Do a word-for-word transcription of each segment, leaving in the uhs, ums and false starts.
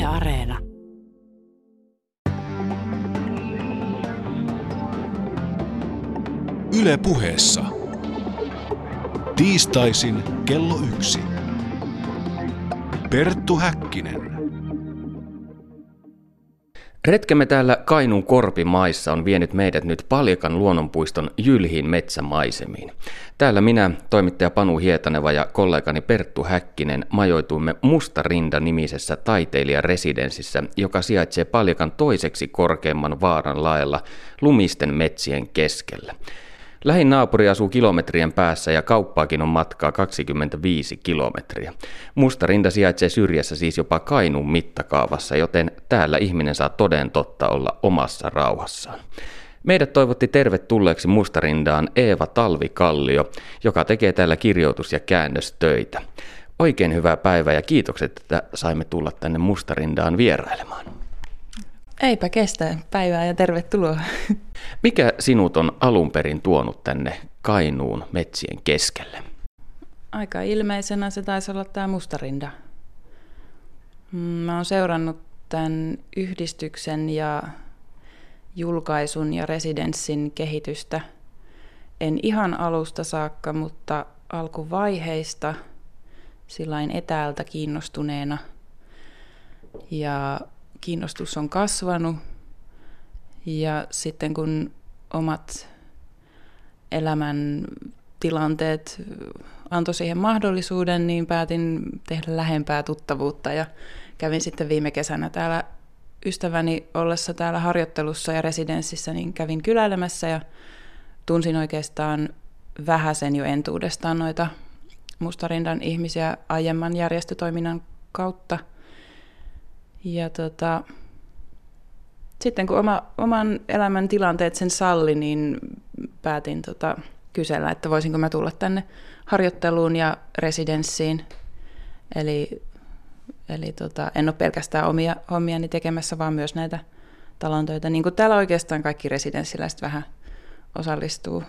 Areena. Yle Puheessa. Tiistaisin kello yksi. Perttu Häkkinen. Retkemme täällä Kainuun Korpimaissa on vienyt meidät nyt Paljakan luonnonpuiston jylhiin metsämaisemiin. Täällä minä, toimittaja Panu Hietaneva ja kollegani Perttu Häkkinen majoituimme Mustarinda-nimisessä taiteilijaresidenssissä, joka sijaitsee Paljakan toiseksi korkeimman vaaran laella lumisten metsien keskellä. Lähin naapuri asuu kilometrien päässä ja kauppaakin on matkaa kaksikymmentäviisi kilometriä. Mustarinda sijaitsee syrjässä siis jopa Kainuun mittakaavassa, joten täällä ihminen saa toden totta olla omassa rauhassaan. Meidät toivotti tervetulleeksi Mustarindaan Eeva Talvikallio, joka tekee täällä kirjoitus- ja käännöstöitä. Oikein hyvää päivää ja kiitokset, että saimme tulla tänne Mustarindaan vierailemaan. Eipä kestä. Päivää ja tervetuloa. Mikä sinut on alun perin tuonut tänne Kainuun metsien keskelle? Aika ilmeisenä se taisi olla tämä Mustarinda. Mä oon seurannut tämän yhdistyksen ja julkaisun ja residenssin kehitystä. En ihan alusta saakka, mutta alkuvaiheista sillain etäältä kiinnostuneena. Ja kiinnostus on kasvanut ja sitten kun omat elämän tilanteet antoi siihen mahdollisuuden, niin päätin tehdä lähempää tuttavuutta ja kävin sitten viime kesänä täällä ystäväni ollessa täällä harjoittelussa ja residenssissä, niin kävin kyläilemässä ja tunsin oikeastaan vähäsen jo entuudestaan noita Mustarindan ihmisiä aiemman järjestötoiminnan kautta. Ja tota, sitten kun oma, oman elämän tilanteet sen salli, niin päätin tota, kysellä, että voisinko mä tulla tänne harjoitteluun ja residenssiin. Eli, eli tota, en ole pelkästään omia hommiani tekemässä, vaan myös näitä talontöitä. Niin kuin täällä oikeastaan kaikki residenssiläiset vähän osallistuu.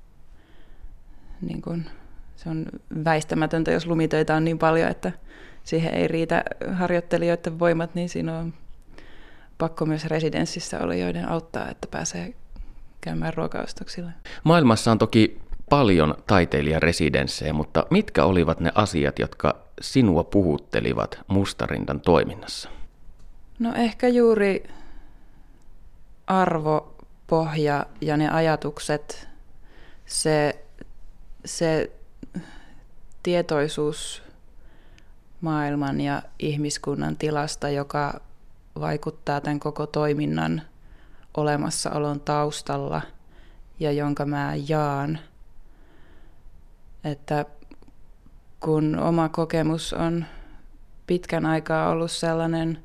Niin kuin, se on väistämätöntä, jos lumitöitä on niin paljon, että siihen ei riitä harjoittelijoiden voimat, niin siinä on pakko myös residenssissä olijoiden auttaa, että pääsee käymään ruokaostoksilla. Maailmassa on toki paljon taiteilijaresidenssejä, mutta mitkä olivat ne asiat, jotka sinua puhuttelivat Mustarindan toiminnassa? No ehkä juuri arvopohja ja ne ajatukset, se, se tietoisuus maailman ja ihmiskunnan tilasta, joka vaikuttaa tämän koko toiminnan olemassaolon taustalla ja jonka mä jaan. Että kun oma kokemus on pitkän aikaa ollut sellainen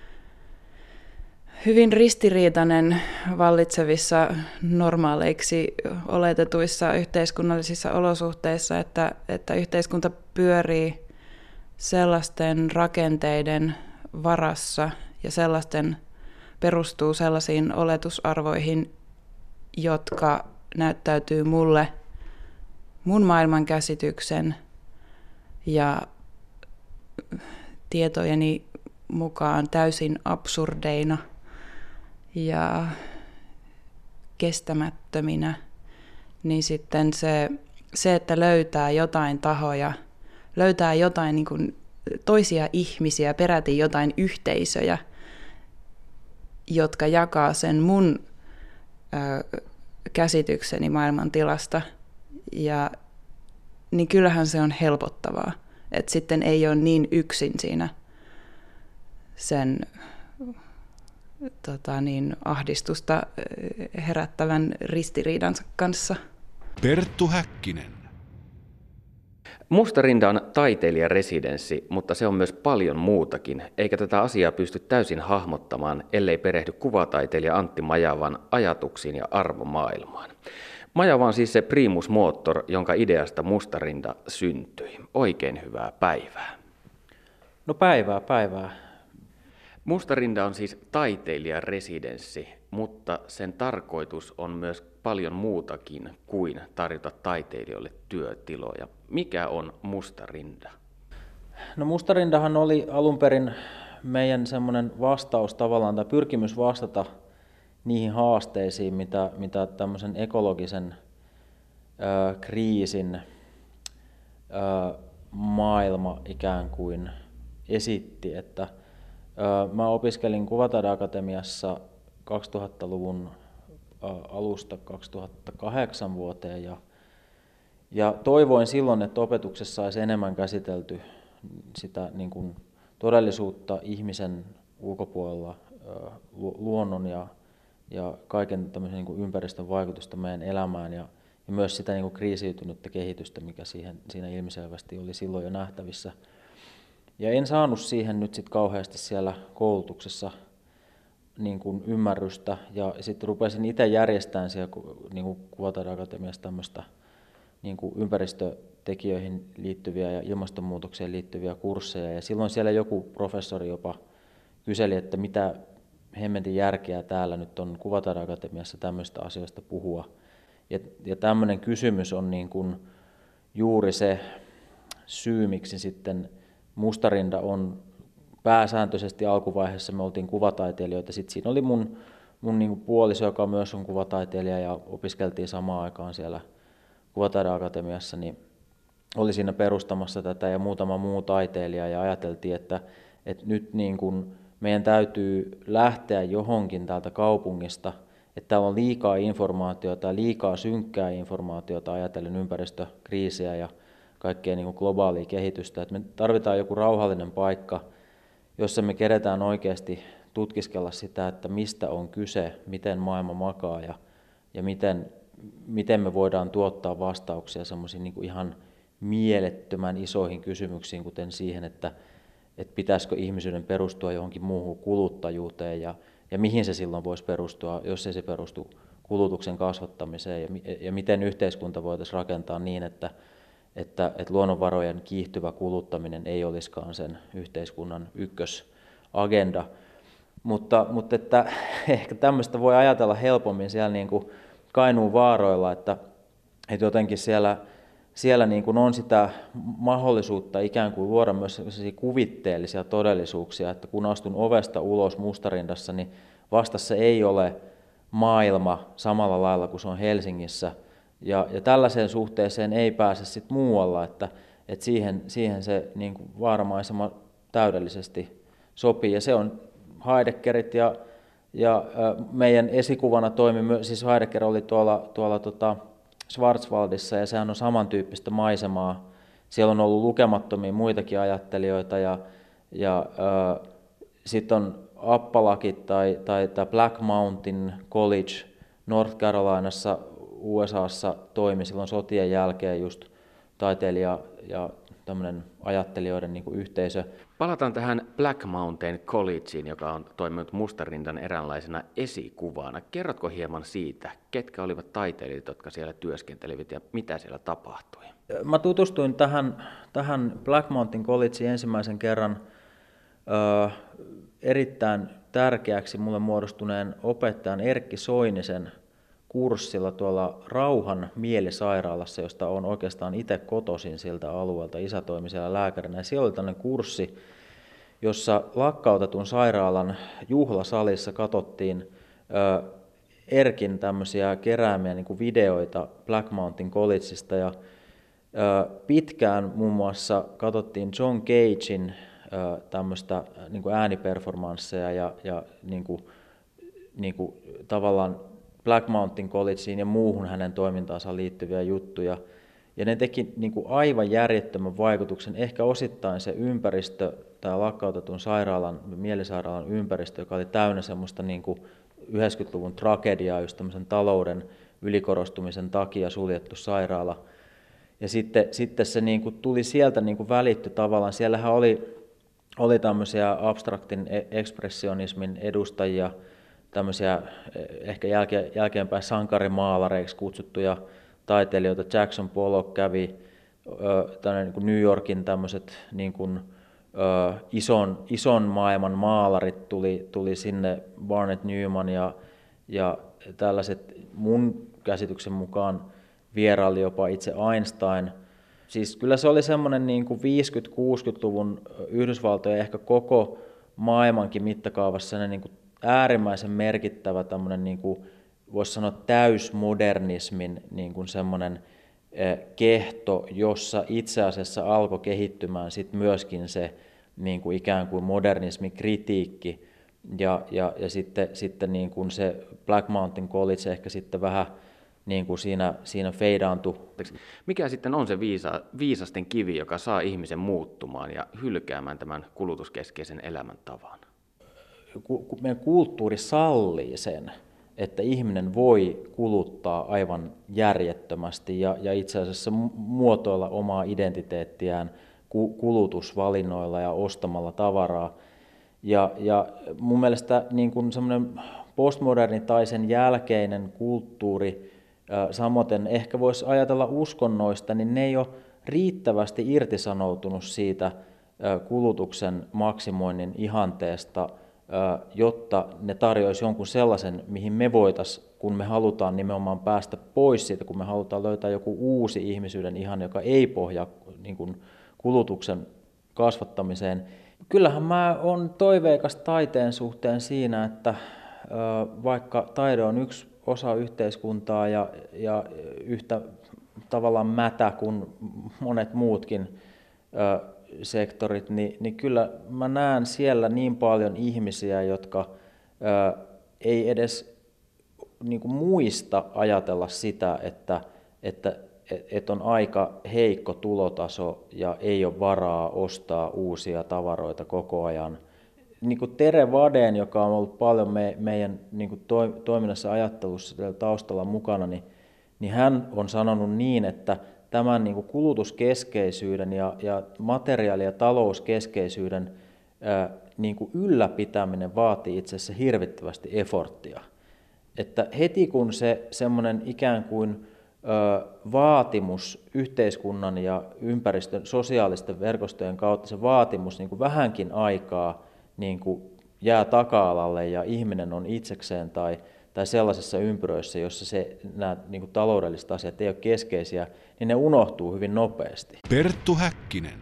hyvin ristiriitainen vallitsevissa normaaleiksi oletetuissa yhteiskunnallisissa olosuhteissa, että, että yhteiskunta pyörii sellaisten rakenteiden varassa ja sellaisten perustuu sellaisiin oletusarvoihin, jotka näyttäytyy mulle mun maailmankäsityksen ja tietojeni mukaan täysin absurdeina ja kestämättöminä, niin sitten se, se että löytää jotain tahoja, löytää jotain niin kuin toisia ihmisiä, peräti jotain yhteisöjä, jotka jakaa sen mun ö, käsitykseni maailman tilasta. Ja niin kyllähän se on helpottavaa, että sitten ei ole niin yksin siinä sen tota niin, ahdistusta herättävän ristiriidansa kanssa. Perttu Häkkinen. Mustarinda on taiteilijaresidenssi, mutta se on myös paljon muutakin, eikä tätä asiaa pysty täysin hahmottamaan, ellei perehdy kuvataiteilija Antti Majavan ajatuksiin ja arvomaailmaan. Majava on siis se primus motor, jonka ideasta Mustarinda syntyi. Oikein hyvää päivää. No päivää, päivää. Mustarinda on siis taiteilijaresidenssi, mutta sen tarkoitus on myös paljon muutakin kuin tarjota taiteilijoille työtiloja. Mikä on Mustarinda? No Mustarindahan oli alun perin meidän semmoinen vastaus tavallaan tai pyrkimys vastata niihin haasteisiin, mitä, mitä tämmöisen ekologisen ö, kriisin ö, maailma ikään kuin esitti, että ö, mä opiskelin Kuvataideakatemiassa kaksituhattaluvun ö, alusta kaksituhattakahdeksan vuoteen ja, ja toivoin silloin, että opetuksessa olisi enemmän käsitelty sitä niin kuin todellisuutta ihmisen ulkopuolella, ö, luonnon ja, ja kaiken tämmöisen niin kuin ympäristön vaikutusta meidän elämään ja, ja myös sitä niin kuin kriisiytynyttä kehitystä, mikä siihen, siinä ilmiselvästi oli silloin jo nähtävissä. Ja en saanut siihen nyt sit kauheasti siellä koulutuksessa niin kuin ymmärrystä ja sitten rupesin itse järjestämään siellä niin kuin Kuvataideakatemiassa tämmöistä niin kuin ympäristötekijöihin liittyviä ja ilmastonmuutokseen liittyviä kursseja. Ja silloin siellä joku professori jopa kyseli, että mitä hemmetin järkeä täällä nyt on Kuvataideakatemiassa tämmöistä asioista puhua. Ja, ja tämmöinen kysymys on niin kuin juuri se syy, miksi sitten Mustarinta on pääsääntöisesti alkuvaiheessa, me oltiin kuvataiteilijoita. Sitten siinä oli mun, mun niin kuin puoliso, joka myös on kuvataiteilija ja opiskeltiin samaan aikaan siellä Kuvataideakatemiassa, niin oli siinä perustamassa tätä ja muutama muu taiteilija ja ajateltiin, että, että nyt niin kuin meidän täytyy lähteä johonkin täältä kaupungista, että täällä on liikaa informaatiota ja liikaa synkkää informaatiota ajatellen ympäristökriisiä ja kaikkea niin kuin globaalia kehitystä. Että me tarvitaan joku rauhallinen paikka, jossa me keretään oikeasti tutkiskella sitä, että mistä on kyse, miten maailma makaa ja, ja miten, miten me voidaan tuottaa vastauksia semmoisiin niin kuin ihan mielettömän isoihin kysymyksiin, kuten siihen, että, että pitäisikö ihmisyyden perustua johonkin muuhun kuluttajuuteen ja, ja mihin se silloin voisi perustua, jos ei se perustu kulutuksen kasvattamiseen ja, ja miten yhteiskunta voitaisiin rakentaa niin, että, että, että luonnonvarojen kiihtyvä kuluttaminen ei olisikaan sen yhteiskunnan ykkösagenda. Mutta, mutta että ehkä tämmöistä voi ajatella helpommin siellä niin kuin Kainuun vaaroilla, että, että jotenkin siellä, siellä niin kuin on sitä mahdollisuutta ikään kuin luoda myös kuvitteellisia todellisuuksia, että kun astun ovesta ulos Mustarindassa, niin vastassa ei ole maailma samalla lailla kuin se on Helsingissä, ja, ja tällaiseen suhteeseen ei pääse sit muualla, että, että siihen, siihen se niin kuin vaaramaisema täydellisesti sopii, ja se on Heideggerit ja Ja meidän esikuvana toimi, siis Heidegger oli tuolla, tuolla tota Schwarzwaldissa ja sehän on samantyyppistä maisemaa. Siellä on ollut lukemattomia muitakin ajattelijoita ja, ja äh, sitten on Appalachit tai, tai, tai Black Mountain College North Carolinassa U S A:ssa toimi silloin sotien jälkeen just taiteilija ja tämmöinen ajattelijoiden niin kuin yhteisö. Palataan tähän Black Mountain Collegeen, joka on toiminut Mustarindan eräänlaisena esikuvana. Kerrotko hieman siitä, ketkä olivat taiteilijat, jotka siellä työskentelivät ja mitä siellä tapahtui? Mä tutustuin tähän, tähän Black Mountain Collegeen ensimmäisen kerran ö, erittäin tärkeäksi mulle muodostuneen opettajan Erkki Soinisen kurssilla tuolla Rauhan mielisairaalassa, josta olen oikeastaan itse kotoisin siltä alueelta. Isä toimi siellä lääkärinä. Ja siellä oli tämmöinen kurssi, jossa lakkautetun sairaalan juhlasalissa katsottiin ö, Erkin tämmöisiä keräämiä niin kuin videoita Black Mountain Collegeista. Ja, ö, pitkään muun muassa katsottiin John Cagein ö, tämmöistä niin kuin ääniperformansseja ja, ja niin kuin, niin kuin, tavallaan Black Mountain Collegeen ja muuhun hänen toimintaansa liittyviä juttuja. Ja ne teki niin kuin aivan järjettömän vaikutuksen, ehkä osittain se ympäristö, tämä lakkautetun sairaalan, mielisairaalan ympäristö, joka oli täynnä semmoista niin kuin yhdeksänkymmentäluvun tragediaa, just tämmöisen talouden ylikorostumisen takia suljettu sairaala. Ja sitten, sitten se niin kuin tuli sieltä niin kuin välitty tavallaan, siellähän oli, oli tämmöisiä abstraktin ekspressionismin edustajia, tämmöisiä ehkä jälkeen, jälkeenpäin sankarimaalareiksi kutsuttuja taiteilijoita. Jackson Pollock kävi, niin kuin New Yorkin tämmöiset niin kuin, ison, ison maailman maalarit tuli, tuli sinne, Barnett Newman ja, ja tällaiset mun käsityksen mukaan vieraili jopa itse Einstein. Siis kyllä se oli semmoinen niin kuin viisikymmentä-kuusikymmentäluvun Yhdysvaltojen ehkä koko maailmankin mittakaavassa niin kuin äärimmäisen merkittävä tämmöinen, niin kuin voisi sanoa täysmodernismin niin kuin semmoinen kehto, jossa itse asiassa alkoi kehittymään sit myöskin se niin kuin ikään kuin modernismin kritiikki ja, ja, ja sitten, sitten niin kuin se Black Mountain College ehkä sitten vähän niin kuin siinä, siinä feidaantui. Mikä sitten on se viisa, viisasten kivi, joka saa ihmisen muuttumaan ja hylkäämään tämän kulutuskeskeisen elämäntavan? Meidän kulttuuri sallii sen, että ihminen voi kuluttaa aivan järjettömästi ja, ja itse asiassa muotoilla omaa identiteettiään kulutusvalinnoilla ja ostamalla tavaraa. Ja, ja mun mielestä niin kuin semmoinen postmoderni tai sen jälkeinen kulttuuri, samoin ehkä voisi ajatella uskonnoista, niin ne ei ole riittävästi irtisanoutunut siitä kulutuksen maksimoinnin ihanteesta, jotta ne tarjoaisi jonkun sellaisen, mihin me voitaisiin, kun me halutaan nimenomaan päästä pois siitä, kun me halutaan löytää joku uusi ihmisyyden ihanne, joka ei pohjaa niin kuin kulutuksen kasvattamiseen. Kyllähän mä oon toiveikas taiteen suhteen siinä, että vaikka taide on yksi osa yhteiskuntaa ja, ja yhtä tavallaan mätä kuin monet muutkin sektorit, niin, niin kyllä mä näen siellä niin paljon ihmisiä, jotka ää, ei edes niin kuin muista ajatella sitä, että, että et on aika heikko tulotaso ja ei ole varaa ostaa uusia tavaroita koko ajan. Niin kuin Tere Wadén, joka on ollut paljon me, meidän niin kuin to, toiminnassa ajattelussa taustalla mukana, niin, niin hän on sanonut niin, että tämän niin kuin kulutuskeskeisyyden ja, ja materiaali- ja talouskeskeisyyden ää, niin kuin ylläpitäminen vaatii itse asiassa hirvittävästi efforttia. Että heti kun se semmoinen ikään kuin ää, vaatimus yhteiskunnan ja ympäristön sosiaalisten verkostojen kautta, se vaatimus niin kuin vähänkin aikaa niin kuin jää taka-alalle ja ihminen on itsekseen tai tai sellaisessa ympyröissä, jossa se, nämä niin kuin taloudelliset asiat ei ole keskeisiä, niin ne unohtuu hyvin nopeasti. Perttu Häkkinen.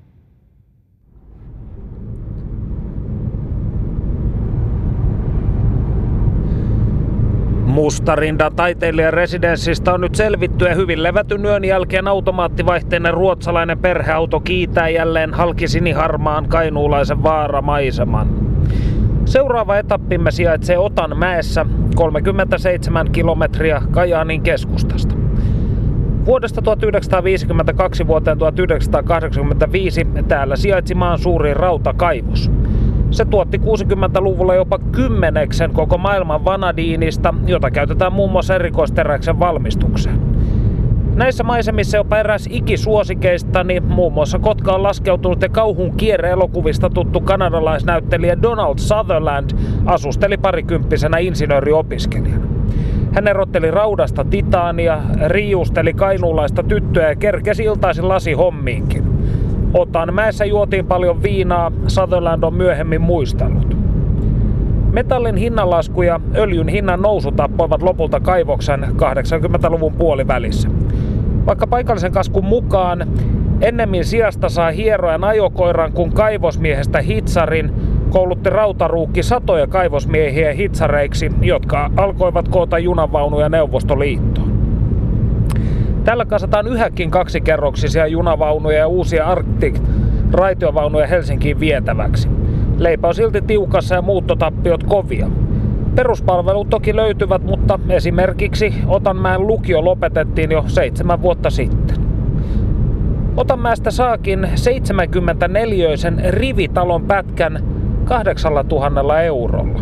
Mustarindan taiteilijan residenssistä on nyt selvitty ja hyvin levätyn yön jälkeen automaattivaihteinen ruotsalainen perheauto kiitää jälleen halki siniharmaan kainuulaisen vaaramaiseman. Seuraava etappimme sijaitsee Otanmäessä, kolmekymmentäseitsemän kilometriä Kajaanin keskustasta. Vuodesta tuhatyhdeksänsataaviisikymmentäkaksi vuoteen tuhatyhdeksänsataakahdeksankymmentäviisi täällä sijaitsi maan suurin rautakaivos. Se tuotti kuusikymmentäluvulla jopa kymmeneksen koko maailman vanadiinista, jota käytetään muun muassa erikoisteräksen valmistukseen. Näissä maisemissa jopa eräs ikisuosikeistani, muun muassa Kotka on laskeutunut ja kauhun kierre-elokuvista tuttu kanadalaisnäyttelijä Donald Sutherland asusteli parikymppisenä insinööriopiskelijana. Hän erotteli raudasta titaania, riiusteli kainuulaista tyttöä ja kerkesi iltaisin lasihommiinkin. Otanmäessä juotiin paljon viinaa, Sutherland on myöhemmin muistellut. Metallin hinnanlasku ja öljyn hinnan nousu tappoivat lopulta kaivoksen kahdeksankymmentäluvun puolivälissä. Vaikka paikallisen kaskun mukaan ennemmin sijasta saa hierojan ajokoiran kuin kaivosmiehestä hitsarin, koulutti rautaruukki satoja kaivosmiehiä hitsareiksi, jotka alkoivat koota junavaunuja Neuvostoliittoon. Tällä kasataan yhäkin kaksikerroksisia junavaunuja ja uusia Arctic-raitiovaunuja Helsinkiin vietäväksi. Leipä on silti tiukassa ja muuttotappiot kovia. Peruspalvelut toki löytyvät, mutta esimerkiksi Otanmäen lukio lopetettiin jo seitsemän vuotta sitten. Otanmäestä saakin seitsemänkymmentäneliöisen rivitalon pätkän kahdeksallatuhannella eurolla.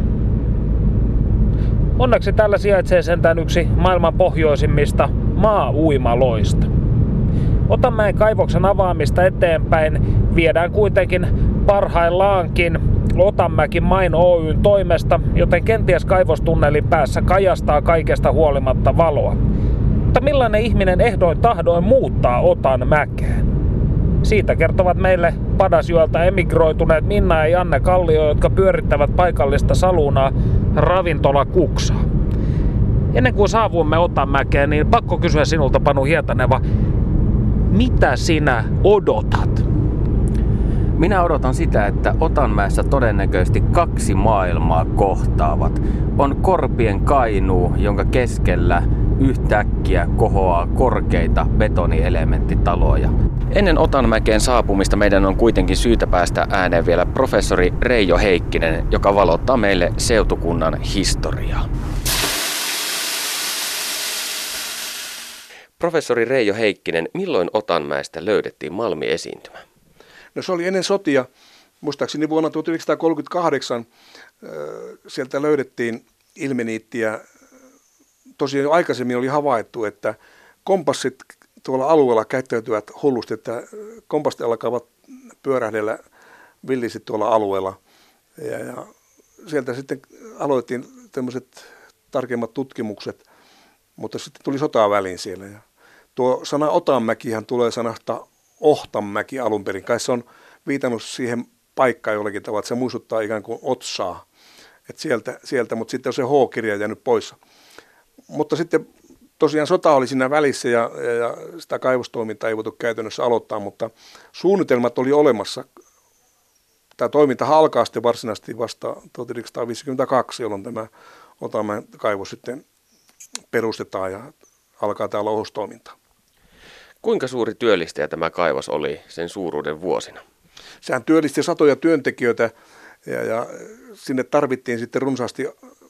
Onneksi täällä sijaitsee sentään yksi maailman pohjoisimmista maa-uimaloista. Otanmäen kaivoksen avaamista eteenpäin viedään kuitenkin parhaillaankin Otanmäki Mine Oyn toimesta, joten kenties kaivostunnelin päässä kajastaa kaikesta huolimatta valoa. Mutta millainen ihminen ehdoin tahdoin muuttaa Otanmäkeen? Siitä kertovat meille Padasjoelta emigroituneet Minna ja Janne Kallio, jotka pyörittävät paikallista salunaa Ravintola Kuksaa. Ennen kuin saavuimme Otanmäkeen, niin pakko kysyä sinulta, Panu Hietaneva, mitä sinä odotat? Minä odotan sitä, että Otanmäessä todennäköisesti kaksi maailmaa kohtaavat. On Korpien Kainuu, jonka keskellä yhtäkkiä kohoaa korkeita betonielementtitaloja. Ennen Otanmäkeen saapumista meidän on kuitenkin syytä päästä ääneen vielä professori Reijo Heikkinen, joka valottaa meille seutukunnan historiaa. Professori Reijo Heikkinen, milloin Otanmäestä löydettiin malmiesiintymä? No se oli ennen sotia, muistaakseni vuonna tuhatyhdeksänsataakolmekymmentäkahdeksan sieltä löydettiin ilmeniittiä. Tosiaan aikaisemmin oli havaittu, että kompassit tuolla alueella käyttäytyvät hullusti, että kompassit alkavat pyörähdellä villisti tuolla alueella. Ja, ja sieltä sitten aloitettiin tämmöiset tarkemmat tutkimukset, mutta sitten tuli sotaa väliin siellä. Ja tuo sana Otanmäkihän tulee sanasta Ohtanmäki alun perin. Kai se on viitannut siihen paikkaan jollakin tavalla, että se muistuttaa ikään kuin Otsaa. Että sieltä, sieltä, mutta sitten on se H-kirja jäänyt pois. Mutta sitten tosiaan sota oli siinä välissä ja, ja, ja sitä kaivostoimintaa ei voitu käytännössä aloittaa, mutta suunnitelmat oli olemassa. Tämä toiminta alkaa sitten varsinaisesti vasta tuhatyhdeksänsataaviisikymmentäkaksi, jolloin tämä Otanmäen kaivos sitten perustetaan ja alkaa tämä louhostoiminta. Kuinka suuri työllistäjä tämä kaivos oli sen suuruuden vuosina? Sehän työllisti satoja työntekijöitä ja, ja sinne tarvittiin sitten runsaasti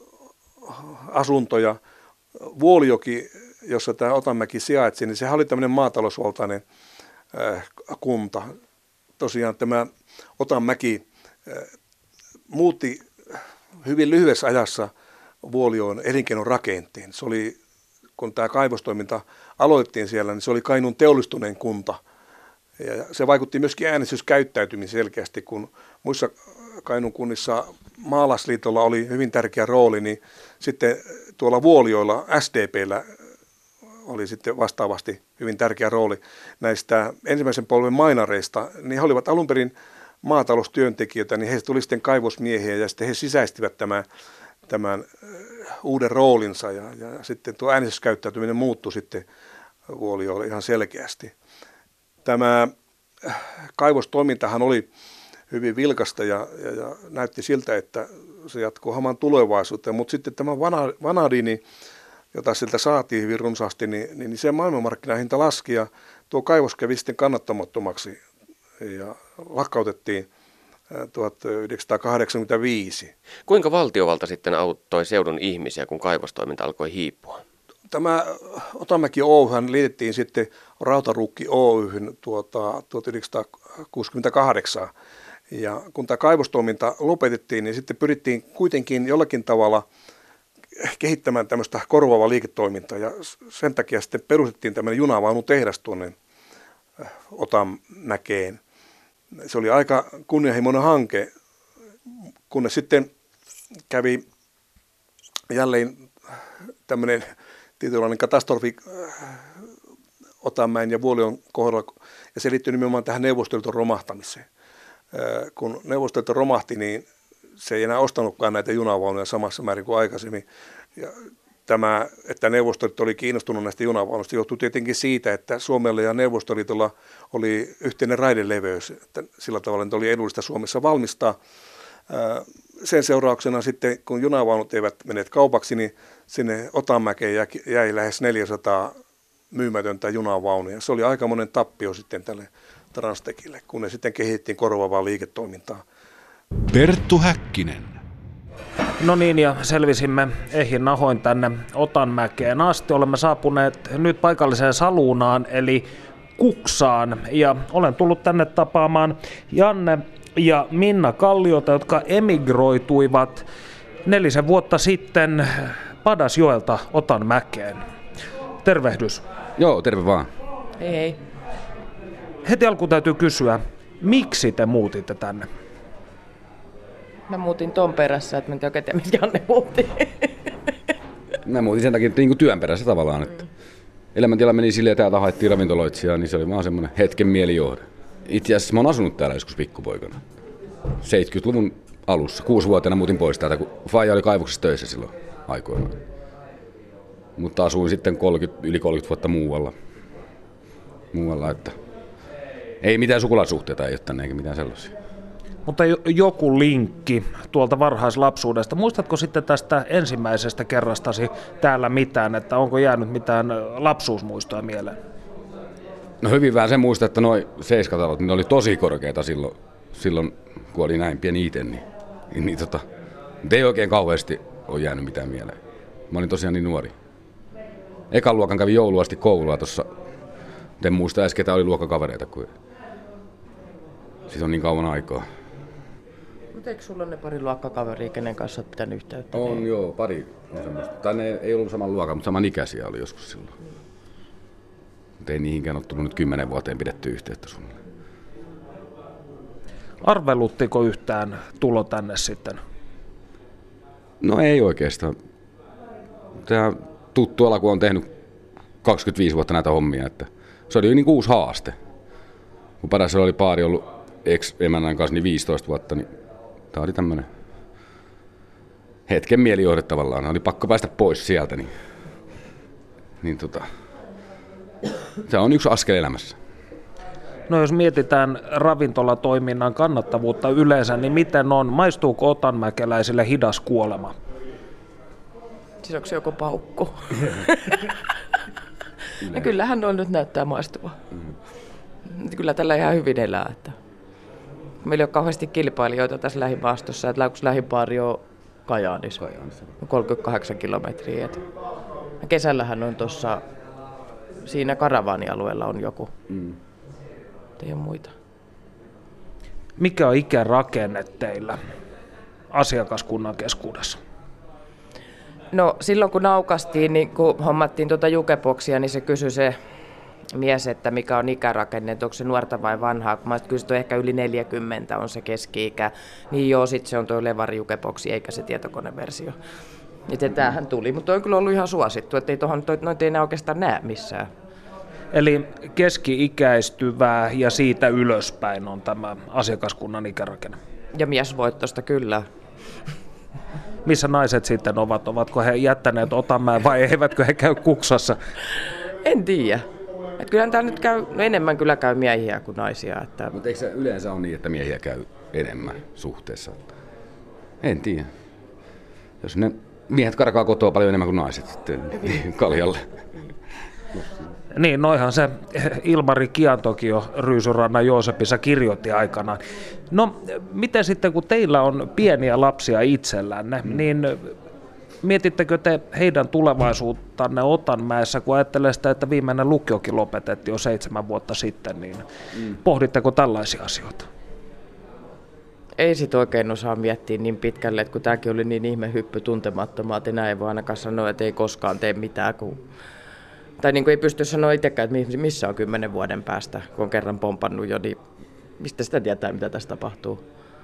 asuntoja. Vuolijoki, jossa tämä Otanmäki sijaitsi, niin sehän oli tämmöinen maatalousvaltainen äh, kunta. Tosiaan tämä Otanmäki äh, muutti hyvin lyhyessä ajassa Vuolijoen elinkeinon rakenteen. Se oli, kun tämä kaivostoiminta aloittiin siellä, niin se oli Kainuun teollistuneen kunta. Ja se vaikutti myöskin äänestyskäyttäytymiseen selkeästi, kun muissa Kainuun kunnissa Maalaisliitolla oli hyvin tärkeä rooli, niin sitten tuolla Vuolijoilla S D P:llä oli sitten vastaavasti hyvin tärkeä rooli näistä ensimmäisen polven mainareista. Niin he olivat alun perin maataloustyöntekijöitä, niin heistä tuli sitten kaivosmiehiä ja sitten he sisäistivät tämän, tämän uuden roolinsa ja, ja sitten tuo äänestyskäyttäytyminen muuttui sitten Vuolijoilla ihan selkeästi. Tämä kaivostoimintahan oli hyvin vilkasta ja, ja, ja näytti siltä, että se jatkuu hamaan tulevaisuuteen, mutta sitten tämä vanadini, jota sieltä saatiin hyvin runsaasti, niin, niin se maailmanmarkkinahinta laski ja tuo kaivos kävi sitten kannattamattomaksi ja lakkautettiin tuhatyhdeksänsataakahdeksankymmentäviisi. Kuinka valtiovalta sitten auttoi seudun ihmisiä, kun kaivostoiminta alkoi hiipua? Tämä Otanmäki Oy:hän liitettiin sitten Rautaruukki Oy:hyn tuota, tuhatyhdeksänsataakuusikymmentäkahdeksan. Ja kun tämä kaivostoiminta lopetettiin, niin sitten pyrittiin kuitenkin jollakin tavalla kehittämään tämmöistä korvaavaa liiketoimintaa. Ja sen takia sitten perustettiin tämmöinen junavaunutehdas tuonne Otanmäkeen. Se oli aika kunnianhimoinen hanke, kunnes sitten kävi jälleen tämmöinen tietynlainen katastrofi Otanmäen ja Vuolijoen kohdalla, ja se liittyy nimenomaan tähän Neuvostoliiton romahtamiseen. Kun Neuvostoliitto romahti, niin se ei enää ostanutkaan näitä junavaunuja samassa määrin kuin aikaisemmin. Ja tämä, että Neuvostoliitto oli kiinnostunut näistä junavaunuista, johtui tietenkin siitä, että Suomella ja Neuvostoliitolla oli yhteinen raideleveys, että sillä tavalla että oli edullista Suomessa valmistaa. Sen seurauksena sitten, kun junavaunut eivät menneet kaupaksi, niin sinne Otanmäkeen jäi lähes neljäsataa myymätöntä junavaunuja. Se oli aikamoinen tappio sitten tälle Transtekille, kun ne sitten kehitettiin korvaavaa liiketoimintaa. Perttu Häkkinen. No niin, ja selvisimme ehin nahoin tänne Otanmäkeen asti. Olemme saapuneet nyt paikalliseen saluunaan, eli Kuksaan, ja olen tullut tänne tapaamaan Janne ja Minna Kalliota, jotka emigroituivat nelisen vuotta sitten Padasjoelta Otanmäkeen. Tervehdys. Joo, terve vaan. Hei hei. Heti alkuun täytyy kysyä, miksi te muutitte tänne? Mä muutin ton perässä, että mä en oikein tiedä, miksi Janne muutti. Mä muutin sen takia niin kuin työn perässä tavallaan. Että mm. Elämäntila meni silleen, että täältä haettiin ravintoloitsijaa, niin se oli vaan semmoinen hetken mielijohde. Itse asiassa mä oon asunut täällä joskus pikkupoikana. seitsemänkymmentäluvun alussa, kuusivuotiaana muutin pois täältä, kun faija oli kaivoksessa töissä silloin aikoinaan. Mutta asuin sitten kolmekymmentä, yli kolmekymmentä vuotta muualla. muualla että Ei mitään sukulaisuhteita ei ole tänne eikä mitään sellaisia. Mutta joku linkki tuolta varhaislapsuudesta. Muistatko sitten tästä ensimmäisestä kerrastasi täällä mitään, että onko jäänyt mitään lapsuusmuistoa mieleen? No hyvin vähän se muista, että nuo seiskatalot, niin ne oli tosi korkeita silloin, silloin kun oli näin pieni itse, niin, niin tota, ei oikein kauheasti ole jäänyt mitään mieleen. Mä olin tosiaan niin nuori. Ekan luokan kävin joulua asti koulua tuossa, en muista edes ketä oli luokkakavereita, kun siitä on niin kauan aikaa. Mutta eikö sulla ole ne pari luokkakaveria, kenen kanssa olet pitänyt yhteyttä? On niin. Joo, pari on semmoista. Tai ne ei ollut saman luokan, mutta saman ikäisiä oli joskus silloin. Mutta ei niihinkään ole tullut nyt kymmenen vuoteen pidetty yhteyttä suunnilleen. Arveluttiko yhtään tulo tänne sitten? No ei oikeastaan. Tämä tuttu ala, kun on tehnyt kaksikymmentäviisi vuotta näitä hommia, että se oli niin kuin uusi haaste. Kun paras oli paari ollut ex-emännän kanssa niin viisitoista vuotta, niin tämä oli tämmöinen hetken mielijohde tavallaan. Oli pakko päästä pois sieltä, niin, niin tota, se on yksi askel elämässä. No jos mietitään ravintolatoiminnan kannattavuutta yleensä, niin miten on? Maistuuko otanmäkeläisille hidas kuolema? Siis onko se joku paukku? No kyllähän on nyt näyttää maistuva. Mm. Kyllä tällä ihan hyvin elää. Että meillä ei ole kauheasti kilpailijoita tässä lähimaastossa. Että lähipaari on Kajaanissa. Kajaanissa. kolmekymmentäkahdeksan kilometriä. Että kesällähän on tuossa siinä karavaanialueella on joku. Mm. Ei ole muita. Mikä on ikärakenne teillä asiakaskunnan keskuudessa? No silloin kun naukastiin, niin kun hommattiin tuota jukeboksia, niin se kysyi se mies, että mikä on ikärakenne, että onko se nuorta vai vanhaa. Kun mä sanoin, että ehkä yli neljäkymmentä on se keski-ikä, niin joo, sitten se on tuo levari jukeboksi eikä se tietokoneversio. Ja tämähän tuli, mutta on kyllä ollut ihan suosittu, että ei tuohon, noita ei enää oikeastaan näe missään. Eli keski-ikäistyvää ja siitä ylöspäin on tämä asiakaskunnan ikärakenne. Ja miesvoittosta kyllä. Missä naiset sitten ovat? Ovatko he jättäneet Otanmäen vai eivätkö he käy Kuksassa? En tiedä. Et kyllähän täällä nyt käy, no enemmän kyllä käy miehiä kuin naisia. Että... Mutta eikö se yleensä ole niin, että miehiä käy enemmän suhteessa? En tiedä. Jos ne miehet karkaa kotoa paljon enemmän kuin naiset sitten kaljalle. Niin, noihan se Ilmari Kiantokin jo Ryysyrannan Joosepissa kirjoitti aikanaan. No, miten sitten kun teillä on pieniä lapsia itsellänne, mm. niin mietittekö te heidän tulevaisuuttanne Otanmäessä, kun ajattelee sitä, että viimeinen lukiokin lopetettiin jo seitsemän vuotta sitten, niin mm. pohditteko tällaisia asioita? Ei sit oikein osaa miettiä niin pitkälle, että kun tämäkin oli niin ihme hyppy tuntemattomaa, että enää ei voi ainakaan sanoa, että ei koskaan tee mitään, kun... Tai niin kuin ei pysty sanoa itsekään, että missä on kymmenen vuoden päästä, kun on kerran pompannut jo, niin mistä sitä tietää, mitä tässä tapahtuu?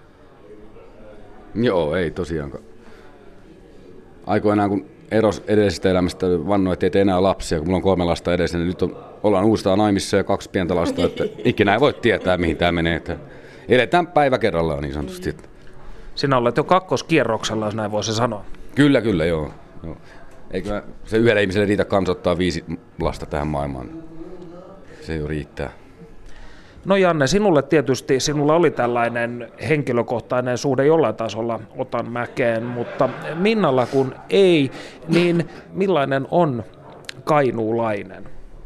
Joo, ei tosiaankaan. Aikoinaan kun eros edellisestä elämästä vannoi, että ei tee enää lapsia, kun mulla on kolme lasta edessä, niin nyt on, ollaan uudestaan naimissa ja kaksi pientä lasta, että ikinä ei voi tietää, mihin tämä menee. Että eletään päivä kerrallaan niin sanotusti. Sinä olet jo kakkoskierroksella, jos näin voisi sanoa. Kyllä, kyllä, joo. joo. Eikö se yhdelle ihmiselle riitä kans ottaa viisi lasta tähän maailmaan? Se jo riittää. No Janne, sinulle tietysti, sinulla oli tällainen henkilökohtainen suhde jollain tasolla Otanmäkeen, mutta Minnalla kun ei, niin millainen on kainuulainen?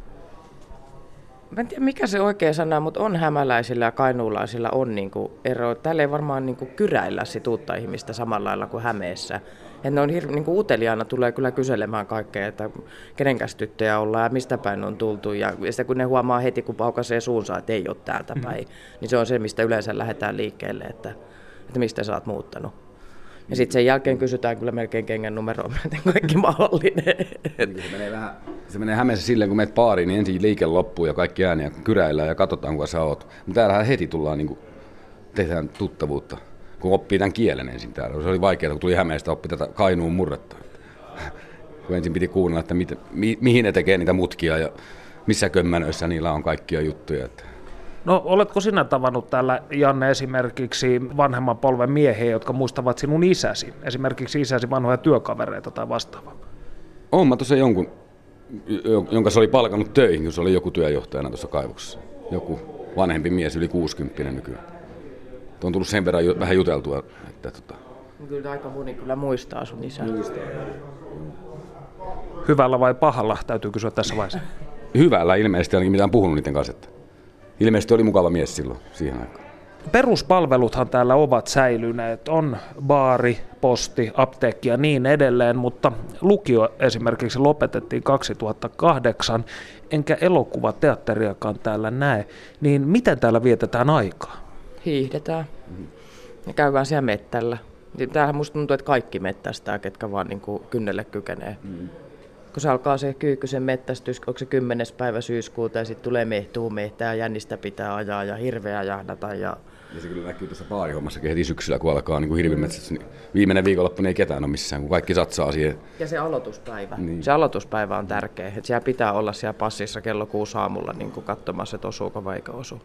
Mä en tiedä mikä se oikea sana, mutta on hämäläisillä ja kainuulaisilla on niinku ero. Täällä ei varmaan niinku kyräillä sit uutta ihmistä samalla lailla kuin Hämeessä. Et ne on hir- niinku uteliaana tulee kyllä kyselemään kaikkea, että kenenkäs tyttöjä ollaan ja mistä päin on tultu. Ja sitä kun ne huomaa heti, kun paukaisee suunsa, että ei ole täältä päin, mm. niin se on se, mistä yleensä lähdetään liikkeelle, että, että mistä sä oot muuttanut. Ja sitten sen jälkeen kysytään kyllä melkein kengän numeroa myöten kaikki mahdollinen. Se menee, vähän, se menee Hämeessä silleen, kun meet baariin, niin ensin liike loppuu ja kaikki ääniä kyräillään ja katsotaan, kuka sä oot. Mutta täällähän heti tullaan, niin kuin, tehdään tuttavuutta, kun oppii tämän kielen ensin täällä. Se oli vaikeaa, kun tuli Hämeestä, oppi tätä Kainuun murretta. Kun ensin piti kuunnella, että mit, mi, mihin ne tekee niitä mutkia ja missä kömmänöissä niillä on kaikkia juttuja. Että. No, oletko sinä tavannut täällä, Janne, esimerkiksi vanhemman polven miehiä, jotka muistavat sinun isäsi? Esimerkiksi isäsi vanhoja työkavereita tai vastaavaa? Olen mä tosiaan jonkun, jonka se oli palkannut töihin, kun se oli joku työjohtajana tuossa kaivoksessa. Joku. vanhempi mies, yli kuusikymppinen nykyään. On tullut sen verran ju- vähän juteltua, että tota... Kyllä aika moni kyllä muistaa sun isää. Muistaa. Hyvällä vai pahalla, täytyy kysyä tässä vaiheessa. Hyvällä ilmeisesti, ainakin mitä on puhunut niiden kanssa. Että ilmeisesti oli mukava mies silloin, siihen aikaan. Peruspalveluthan täällä ovat säilyneet. On baari, posti, apteekki ja niin edelleen, mutta lukio esimerkiksi lopetettiin kaksituhattakahdeksan, enkä elokuvateatteriakaan täällä näe. Niin miten täällä vietetään aikaa? Hiihdetään ja käydään siellä mettällä. Tämähän musta tuntuu, että kaikki mettästää, ketkä vaan niin kuin kynnelle kykenee. Mm. Kun se alkaa se Kyykkysen mettästys, onko se kymmenes päivä syyskuuta ja sitten tulee mehtuu mehtää, jännistä pitää ajaa ja hirveä jahdata. Ja, ja se kyllä näkyy tuossa baarihommassakin heti syksyllä, kun alkaa niin hirvimetsästys. Niin viimeinen viikonloppu ei ketään ole missään, kun kaikki satsaa siihen. Ja se aloituspäivä. Niin. Se aloituspäivä on tärkeä. Että siellä pitää olla siellä passissa kello kuusi aamulla niin kuin katsomassa, että osuuko vai eikä osu.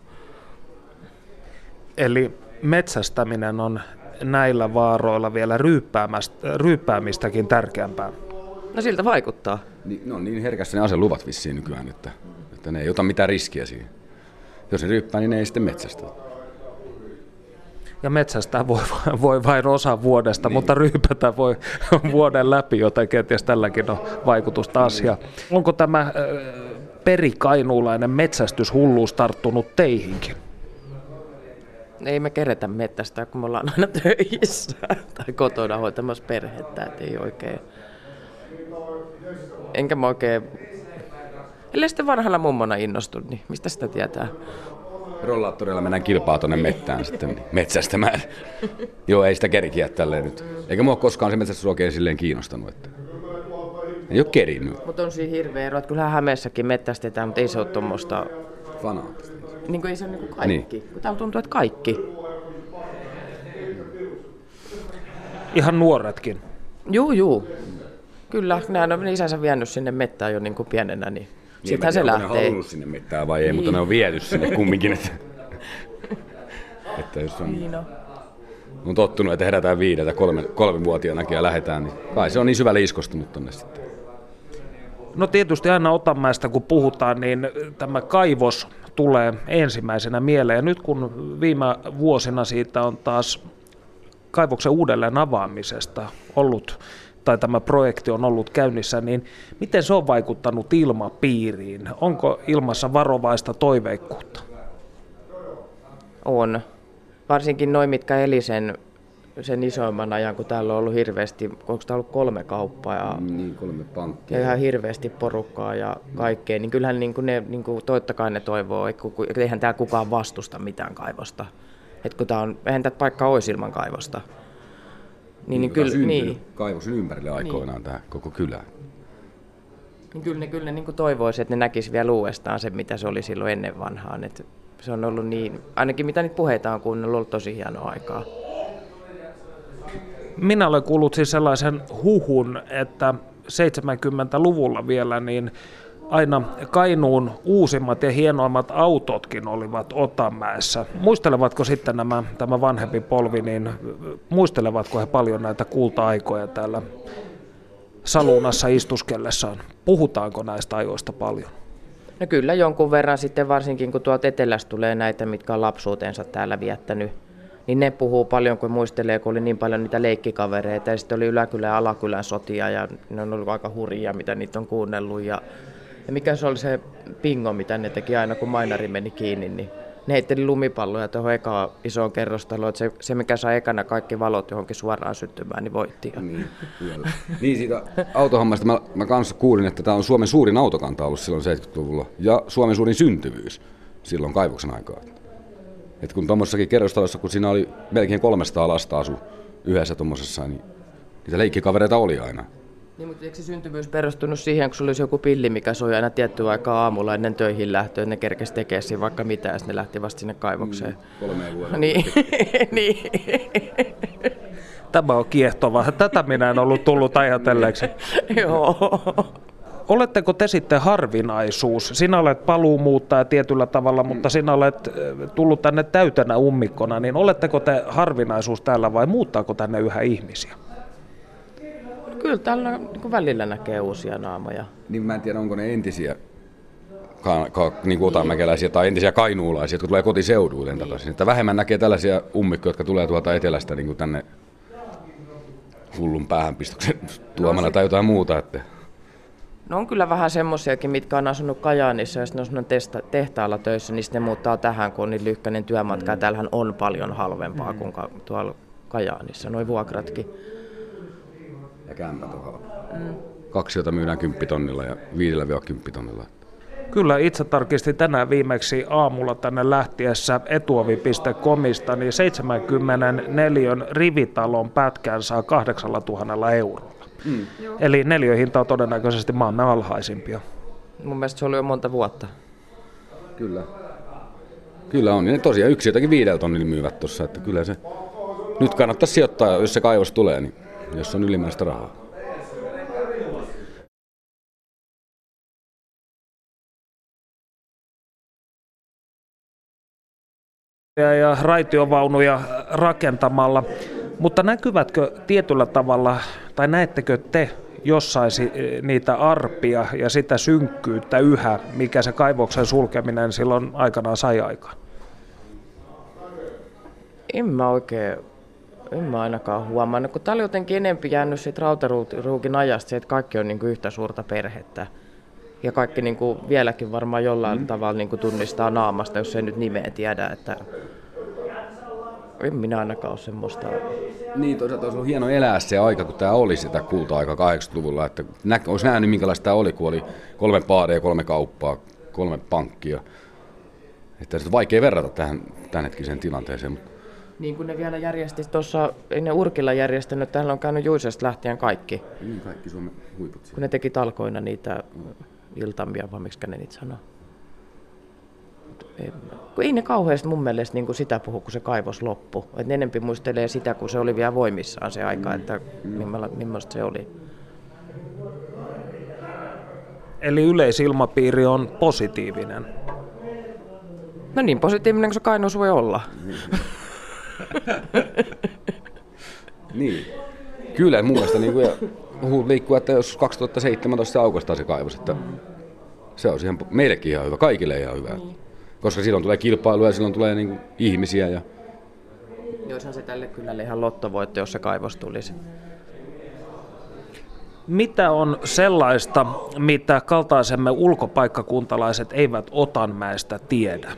Eli metsästäminen on näillä vaaroilla vielä ryyppäämistäkin tärkeämpää. No siltä vaikuttaa. Niin, ne on niin herkässä ne aseluvat vissiin nykyään, että, että ne ei ota mitään riskiä siihen. Jos ne ryyppää, niin ne ei sitten metsästä. Ja metsästää voi, voi vain osa vuodesta, niin. Mutta ryypätä voi vuoden läpi, joten kenties tälläkin on vaikutusta asiaan. Onko tämä äh, perikainuulainen metsästyshulluus tarttunut teihinkin? Ei me keretä metsästää, kun me ollaan aina töissä tai kotona hoitamassa perhettä, et ei oikein. Enkä mä oikein, ellei sitten vanhalla mummona innostu, niin mistä sitä tietää? Rollaattorilla mennään kilpaa tuonne mettään sitten metsästämään. Joo, ei sitä kerkiä tälleen nyt. Eikä mua koskaan se metsästys oikein silleen kiinnostanut. Että ei ole kerinyt. Mutta on siinä hirveä ero, että kyllähän Hämeessäkin mettästetään, mutta ei se ole tuommoista... Fanaattista. Niin kuin ei se ole niin kuin kaikki, niin. Kun täällä tuntuu, että kaikki. Ihan nuoretkin? Juu, juu. Kyllä, nehän on isänsä vienyt sinne mettään jo niin kuin pienenä, niin, niin sittenhän se lähtee. Onko ne halunnut sinne mettään vai ei, niin. Mutta ne on viety sinne kumminkin. Että, että jos on, niin on. on tottunut, että herätään viideltä kolme, kolmivuotiaanakin ja lähdetään, niin kai se on niin syvälle iskostunut tonne sitten. No tietysti aina Otanmäestä kun puhutaan, niin tämä kaivos tulee ensimmäisenä mieleen. Ja nyt kun viime vuosina siitä on taas kaivoksen uudelleen avaamisesta ollut, tai tämä projekti on ollut käynnissä, niin miten se on vaikuttanut ilmapiiriin? Onko ilmassa varovaista toiveikkuutta? On. Varsinkin noin, mitkä eli sen, sen isoimman ajan, kun täällä on ollut hirveästi, onko täällä ollut kolme kauppaa ja, niin, kolme pankkia. Ja ihan hirveästi porukkaa ja kaikkea, niin kyllähän niin kuin ne, niin kuin totta kai ne toivoo, eihän täällä kukaan vastusta mitään kaivosta. Et kun tää on, eihän tätä paikkaa olisi ilman kaivosta. Niin, niin, kyllä, niin. Kaivoksen ympärille aikoinaan niin. Tämä koko kylä. Niin kyllä ne, kyllä ne niin toivoisi, että ne näkisi vielä uudestaan se, mitä se oli silloin ennen vanhaan. Et se on ollut niin, ainakin mitä niitä puheita on kuunnellut, on ollut tosi hienoa aikaa. Minä olen kuullut siis sellaisen huhun, että seitsemänkymmentäluvulla vielä niin aina Kainuun uusimmat ja hienoimmat autotkin olivat Otanmäessä. Muistelevatko sitten nämä, tämä vanhempi polvi, niin muistelevatko he paljon näitä kulta-aikoja täällä saluunassa istuskellessaan? Puhutaanko näistä ajoista paljon? No kyllä jonkun verran sitten, varsinkin kun tuolta etelästä tulee näitä, mitkä on lapsuutensa täällä viettänyt, niin ne puhuu paljon, kun muistelee, kun oli niin paljon niitä leikkikavereita ja sitten oli Yläkylän ja Alakylän sotia ja ne on ollut aika hurjia, mitä niitä on kuunnellut. Ja Ja mikä se oli se pingo, mitä ne teki aina, kun mainari meni kiinni, niin ne heitteli lumipalloja tuohon ekaan isoon kerrostaloon, että se, se, mikä sai ekana kaikki valot johonkin suoraan syttymään, niin voitti. Niin, niin siitä autohommasta mä, mä kanssa kuulin, että tämä on Suomen suurin autokanta ollut silloin seitsemänkymmentäluvulla ja Suomen suurin syntyvyys silloin kaivoksen aikaa. Et kun tuommoisessakin kerrostalossa, kun siinä oli melkein kolmesataa lasta asu yhdessä tuommoisessa, niin niitä leikkikavereita oli aina. Niin, mutta eikö se syntyvyys perustunut siihen, kun sulla olisi joku pilli, mikä soi aina tiettyä aikaa aamulla ennen töihin lähtöä, ne kerkesi tekemään siinä vaikka mitään, ja sitten ne lähti vasta sinne kaivokseen. Mm, kolmeen vuoden. Niin. niin. Tämä on kiehtovaa. Tätä minä en ollut tullut ajatelleeksi. Joo. Oletteko te sitten harvinaisuus? Sinä olet paluumuuttaja tietyllä tavalla, mutta sinä olet tullut tänne täytänä ummikkona, niin oletteko te harvinaisuus täällä vai muuttaako tänne yhä ihmisiä? Kyllä täällä niin välillä näkee uusia naamoja. Niin mä en tiedä, onko ne entisiä ka, ka, niin kuin otanmäkeläisiä tai entisiä kainuulaisia, jotka tulee kotiseuduilleen takaisin. Että vähemmän näkee tällaisia ummikkoja, jotka tulee tuolta etelästä niin kuin tänne hullun päähänpistoksen tuomana no, tai jotain muuta. Että. No on kyllä vähän semmoisiakin, mitkä on asunut Kajaanissa, jos ne on testa- tehtaalla töissä, niin sitten ne muuttaa tähän, kun on niin lyhkäinen työmatka. Mm. Täällähän on paljon halvempaa mm. kuin ka- tuolla Kajaanissa, noi vuokratkin. Ja kämpät on halvempaa. Mm. Kaksi, jota myydään kymppitonnilla ja viidellä kymppitonnilla. Kyllä, itse tarkistin tänään viimeksi aamulla tänne lähtiessä etuovi piste comista, niin seitsemänkymmentäneljä rivitalon pätkän saa kahdeksannellatuhannella eurolla. Mm. Eli neliöhinta on todennäköisesti maamme alhaisimpia. Mun mielestä se oli jo monta vuotta. Kyllä. Kyllä on. Ja tosiaan yksi jotakin viidellä tonnilla myyvät tuossa. Että kyllä se nyt kannattaisi sijoittaa, jos se kaivos tulee, niin jos on ylimääräistä rahaa. Ja raitiovaunuja rakentamalla, mutta näkyvätkö tietyllä tavalla, tai näettekö te jossain niitä arpia ja sitä synkkyyttä yhä, mikä se kaivoksen sulkeminen silloin aikanaan sai aikaan? En mä oikein, en mä ainakaan huomannut, kun tää oli jotenkin enempi jäänyt siitä rautaruukin ajasta, että kaikki on niin kuin yhtä suurta perhettä. Ja kaikki niin kuin vieläkin varmaan jollain mm. tavalla niin kuin tunnistaa naamasta, jos ei nyt nimeä tiedä, että en minä ainakaan ole semmoista. Niin, toisaalta olisi ollut hieno elää se aika, kun tämä oli sitä kulta-aika kahdeksankymmentäluvulla, että nä- olisi nähnyt minkälaista tämä oli, kun oli kolme baaria, kolme kauppaa, kolme pankkia. Että se on vaikea verrata tähän tämänhetkiseen tilanteeseen. Niin kuin ne vielä järjesti tuossa, ei ne Urkilla järjestänyt, täällä on käynyt Juisesta lähtien kaikki. Niin, kaikki Suomen huiput. Kun ne teki talkoina niitä iltamia, vai miksi ne niitä sanoo. Ei, ei ne kauheasti mun mielestä niin kuin sitä puhu, kun se kaivos loppui. Et ne enempi muistelee sitä, kun se oli vielä voimissaan se aika, että millaista se oli. Eli yleisilmapiiri on positiivinen. No niin positiivinen kuin se Kainuus voi olla. Niin. Kyllä, mun mielestä niin kuin, ja huut liikkuu, että jos kaksituhattaseitsemäntoista se aukastaa se kaivos, että se on siihen meillekin ihan hyvä, kaikille ihan hyvä. Niin. Koska silloin tulee kilpailua ja silloin tulee niin kuin ihmisiä. Ja Joishan se tälle kylälle ihan lottovoitto, jos se kaivos tulisi. Mitä on sellaista, mitä kaltaisemme ulkopaikkakuntalaiset eivät Otanmäestä tiedä?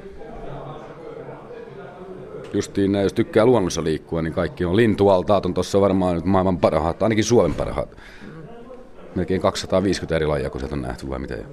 Justiin jos tykkää luonnossa liikkua, niin kaikki on lintualtaat on tuossa varmaan nyt maailman parhaat, ainakin Suomen parhaat. Melkein kaksisataaviisikymmentä eri lajia, kun sieltä on nähty vai mitä.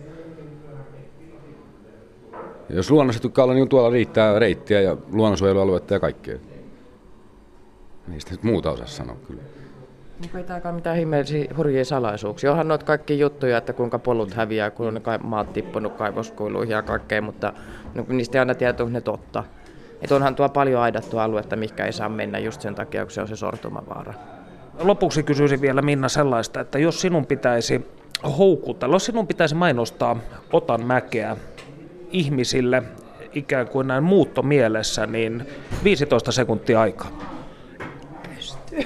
Ja jos luonnossa tykkää olla, niin tuolla riittää reittiä ja luonnonsuojelualuetta ja kaikkea. Ei sitä nyt muuta osaa sanoa kyllä. Niin ei tääkään mitään himmeellisiä hurjia salaisuuksia. Onhan noita kaikki juttuja, että kuinka polut häviää, kun on ne maat tippunut kaivoskuiluihin ja kaikkea, mutta niistä ei aina tiedä, onko ne totta. Että onhan tuo paljon aidattua aluetta, mikä ei saa mennä just sen takia, kun se on se sortumavaara. Lopuksi kysyisin vielä Minna sellaista, että jos sinun pitäisi houkutella, jos sinun pitäisi mainostaa Otanmäkeä ihmisille ikään kuin näin muuttomielessä, niin viisitoista sekuntia aikaa. Pystyy.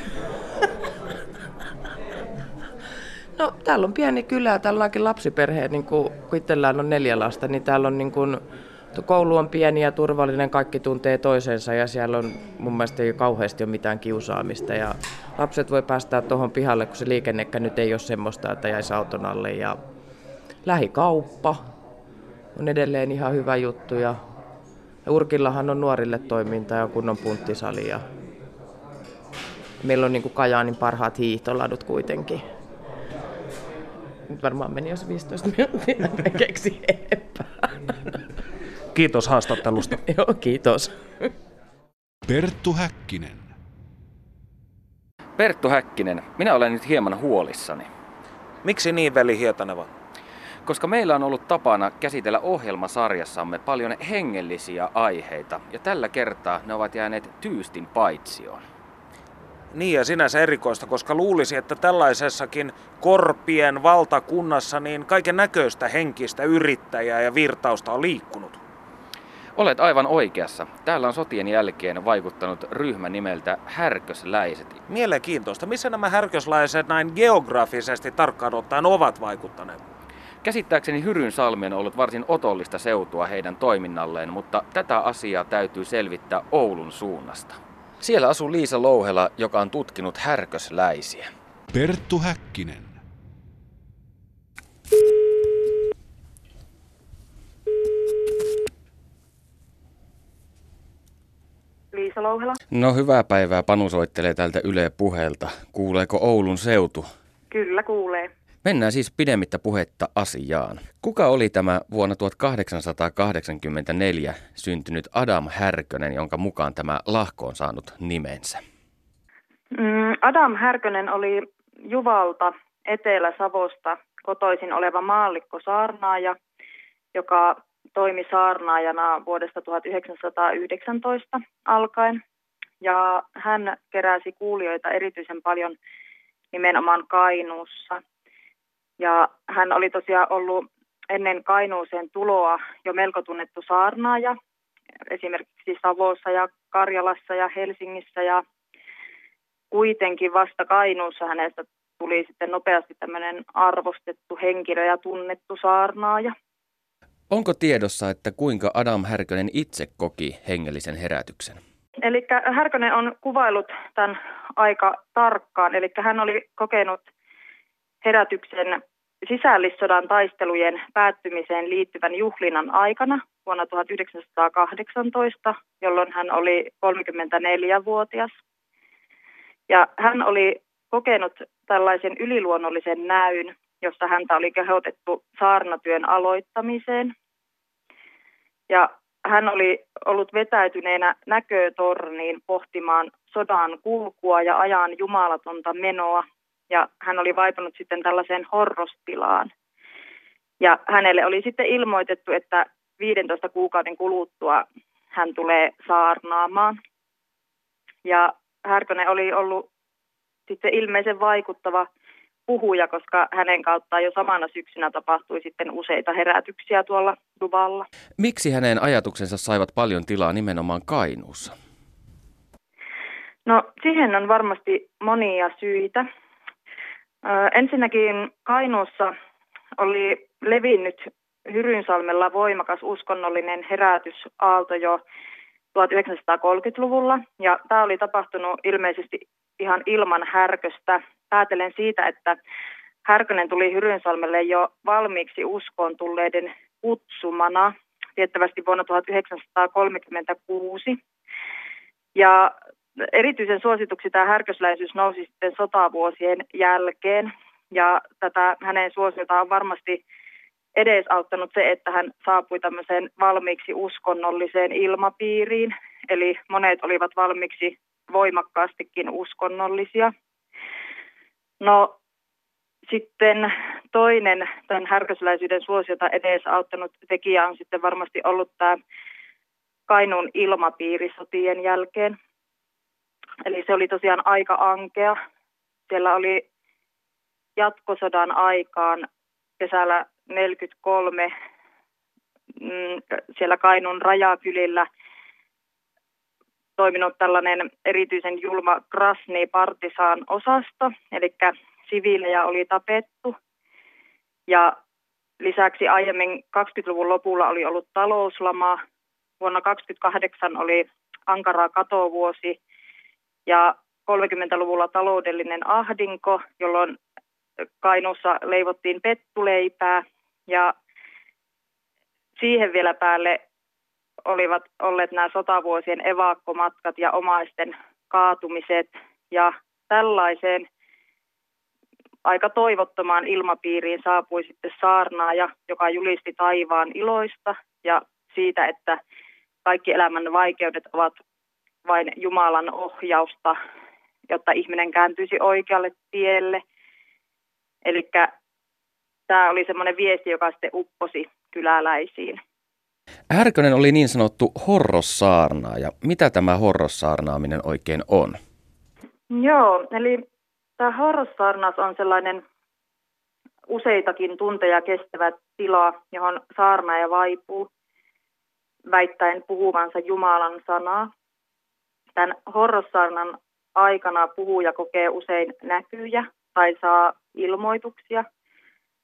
No täällä on pieni kylä, täällä onkin lapsiperhe, niin kun itsellään on neljä lasta, niin täällä on niin kun, koulu on pieni ja turvallinen, kaikki tuntee toisensa ja siellä on mun mielestä ei kauheasti ole mitään kiusaamista ja lapset voi päästää tuohon pihalle, kun se liikennekkä nyt ei ole semmoista, että jäisi auton alle ja lähikauppa on edelleen ihan hyvä juttu ja Urkillahan on nuorille toimintaa ja kunnon punttisali ja meillä on niin kuin Kajaanin parhaat hiihtoladut kuitenkin. Nyt varmaan meni jos viisitoista minuuttia, mä keksin enempää. Kiitos haastattelusta. Joo, kiitos. Perttu Häkkinen. Perttu Häkkinen, minä olen nyt hieman huolissani. Miksi niin, veli Hietaneva? Koska meillä on ollut tapana käsitellä ohjelmasarjassamme paljon hengellisiä aiheita, ja tällä kertaa ne ovat jääneet tyystin paitsioon. Niin ja sinänsä erikoista, koska luulisi, että tällaisessakin korpien valtakunnassa niin kaiken näköistä henkistä yrittäjää ja virtausta on liikkunut. Olet aivan oikeassa. Täällä on sotien jälkeen vaikuttanut ryhmä nimeltä Härkösläiset. Mielenkiintoista. Missä nämä härkösläiset näin geografisesti tarkkaan ottaen ovat vaikuttaneet? Käsittääkseni Hyrynsalmi on ollut varsin otollista seutua heidän toiminnalleen, mutta tätä asiaa täytyy selvittää Oulun suunnasta. Siellä asuu Liisa Louhela, joka on tutkinut härkösläisiä. Perttu Häkkinen. Liisa Louhela. No hyvää päivää, Panu soittelee täältä Yle Puheelta. Kuuleeko Oulun seutu? Kyllä kuulee. Mennään siis pidemmittä puhetta asiaan. Kuka oli tämä vuonna tuhatkahdeksansataakahdeksankymmentäneljä syntynyt Adam Härkönen, jonka mukaan tämä lahko on saanut nimensä? Adam Härkönen oli Juvalta Etelä-Savosta kotoisin oleva maallikko saarnaaja, joka toimi saarnaajana vuodesta tuhatyhdeksänsataayhdeksäntoista alkaen. Ja hän keräsi kuulijoita erityisen paljon nimenomaan Kainuussa. Ja hän oli tosiaan ollut ennen Kainuuseen tuloa jo melko tunnettu saarnaaja, esimerkiksi Savossa ja Karjalassa ja Helsingissä. Ja kuitenkin vasta Kainuussa hänestä tuli sitten nopeasti tämmöinen arvostettu henkilö ja tunnettu saarnaaja. Onko tiedossa, että kuinka Adam Härkönen itse koki hengellisen herätyksen? Eli Härkönen on kuvaillut tämän aika tarkkaan, eli hän oli kokenut herätyksen sisällissodan taistelujen päättymiseen liittyvän juhlinnan aikana vuonna tuhatyhdeksänsataakahdeksantoista, jolloin hän oli kolmekymmentäneljävuotias. Ja hän oli kokenut tällaisen yliluonnollisen näyn, jossa häntä oli kehotettu saarnatyön aloittamiseen. Ja hän oli ollut vetäytyneenä näkötorniin pohtimaan sodan kulkua ja ajan jumalatonta menoa. Ja hän oli vaipunut sitten tällaiseen horrostilaan. Ja hänelle oli sitten ilmoitettu, että viidentoista kuukauden kuluttua hän tulee saarnaamaan. Ja Härkönen oli ollut sitten ilmeisen vaikuttava puhuja, koska hänen kauttaan jo samana syksynä tapahtui sitten useita herätyksiä tuolla Juvalla. Miksi hänen ajatuksensa saivat paljon tilaa nimenomaan Kainuussa? No siihen on varmasti monia syitä. Ö, ensinnäkin Kainuussa oli levinnyt Hyrynsalmella voimakas uskonnollinen herätysaalto jo tuhatyhdeksänsataakolmekymmentäluvulla, ja tämä oli tapahtunut ilmeisesti ihan ilman Härköstä. Päätellen siitä, että Härkönen tuli Hyrynsalmelle jo valmiiksi uskoon tulleiden kutsumana, tiettävästi vuonna tuhatyhdeksänsataakolmekymmentäkuusi. Ja erityisen suosituksi tämä härkösläisyys nousi sitten sotavuosien jälkeen, ja tätä hänen suosiota on varmasti edesauttanut se, että hän saapui tämmöiseen valmiiksi uskonnolliseen ilmapiiriin, eli monet olivat valmiiksi voimakkaastikin uskonnollisia. No sitten toinen tämän härkösläisyyden suosiota edesauttanut tekijä on sitten varmasti ollut tämä Kainuun ilmapiiri sotien jälkeen. Eli se oli tosiaan aika ankea. Siellä oli jatkosodan aikaan kesällä neljäkymmentäkolme siellä Kainuun rajakylillä toiminut tällainen erityisen julma Krasni-partisaan-osasto, eli siviilejä oli tapettu. Ja lisäksi aiemmin kaksikymmentäluvun lopulla oli ollut talouslama. Vuonna kaksikymmentäkahdeksan oli ankara katovuosi ja kolmekymmentäluvulla taloudellinen ahdinko, jolloin Kainuussa leivottiin pettuleipää, ja siihen vielä päälle olivat olleet nämä sotavuosien evakkomatkat ja omaisten kaatumiset, ja tällaiseen aika toivottomaan ilmapiiriin saapui sitten saarnaaja, joka julisti taivaan iloista ja siitä, että kaikki elämän vaikeudet ovat vain Jumalan ohjausta, jotta ihminen kääntyisi oikealle tielle. Eli tämä oli semmoinen viesti, joka sitten upposi kyläläisiin. Härkönen oli niin sanottu horrossaarnaaja. Mitä tämä horrossaarnaaminen oikein on? Joo, eli tämä horrossaarnaus on sellainen useitakin tunteja kestävä tila, johon saarnaaja vaipuu väittäen puhuvansa Jumalan sanaa. Tämän horrossaarnan aikana puhuja kokee usein näkyjä tai saa ilmoituksia.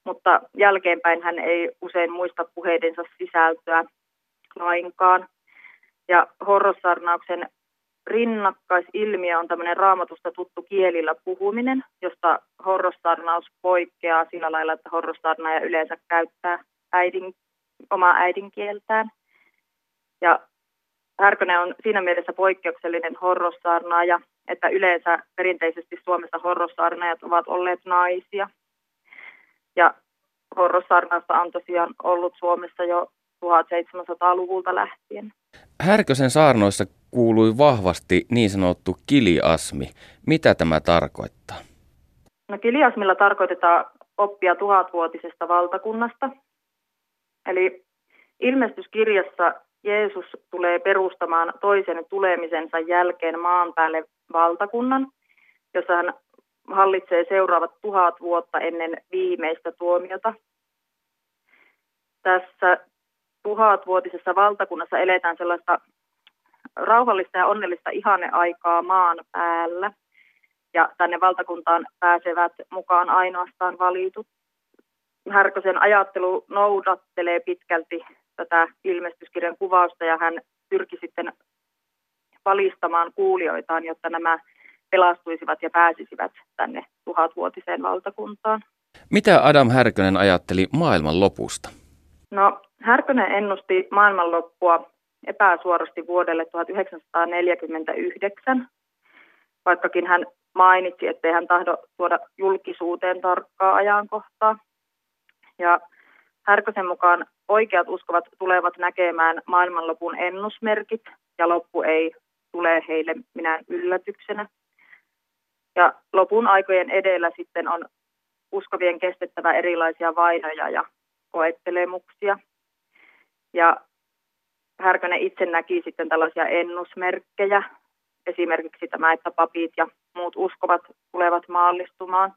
mutta jälkeenpäin hän ei usein muista puheidensa sisältöä lainkaan. Ja horrossaarnauksen rinnakkaisilmiö on tämmöinen Raamatusta tuttu kielillä puhuminen, josta horrossaarnaus poikkeaa sillä lailla, että horrossaarnaaja yleensä käyttää äidin, omaa äidinkieltään. Ja Härkönen on siinä mielessä poikkeuksellinen horrossaarnaaja, että yleensä perinteisesti Suomessa horrossaarnaajat ovat olleet naisia. Ja horrossaarnausta on tosiaan ollut Suomessa jo tuhatseitsemänsataaluvulta lähtien. Härkösen saarnoissa kuului vahvasti niin sanottu kiliasmi. Mitä tämä tarkoittaa? No, kiliasmilla tarkoitetaan oppia tuhatvuotisesta valtakunnasta. Eli ilmestyskirjassa Jeesus tulee perustamaan toisen tulemisensa jälkeen maan päälle valtakunnan, jossa hän hallitsee seuraavat tuhat vuotta ennen viimeistä tuomiota. Tässä tuhatvuotisessa valtakunnassa eletään sellaista rauhallista ja onnellista ihanneaikaa maan päällä. Ja tänne valtakuntaan pääsevät mukaan ainoastaan valitut. Härkösen ajattelu noudattelee pitkälti tätä ilmestyskirjan kuvausta ja hän pyrki sitten valistamaan kuulijoitaan, jotta nämä pelastuisivat ja pääsisivät tänne tuhatvuotiseen valtakuntaan. Mitä Adam Härkönen ajatteli maailman lopusta? No, Härkönen ennusti maailmanloppua epäsuorasti vuodelle tuhatyhdeksänsataaneljäkymmentäyhdeksän, vaikkakin hän mainitsi, ettei hän tahdo tuoda julkisuuteen tarkkaa ajankohtaa. Ja Härkösen mukaan oikeat uskovat tulevat näkemään maailmanlopun ennusmerkit ja loppu ei tule heille minään yllätyksenä. Ja lopun aikojen edellä sitten on uskovien kestettävä erilaisia vainoja ja koettelemuksia. Ja Härkönen itse näki sitten tällaisia ennusmerkkejä, esimerkiksi tämä, että papit ja muut uskovat tulevat maallistumaan.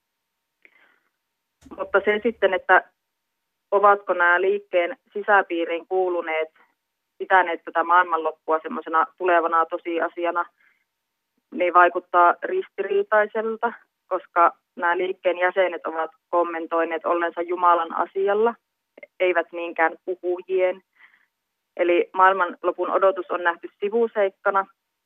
Mutta se sitten, että ovatko nämä liikkeen sisäpiiriin kuuluneet, pitäneet tätä maailmanloppua semmoisena tulevana tosiasiana, niin vaikuttaa ristiriitaiselta, koska nämä liikkeen jäsenet ovat kommentoineet ollensa Jumalan asialla, eivät niinkään puhujien. Eli maailmanlopun odotus on nähty sivuseikkana,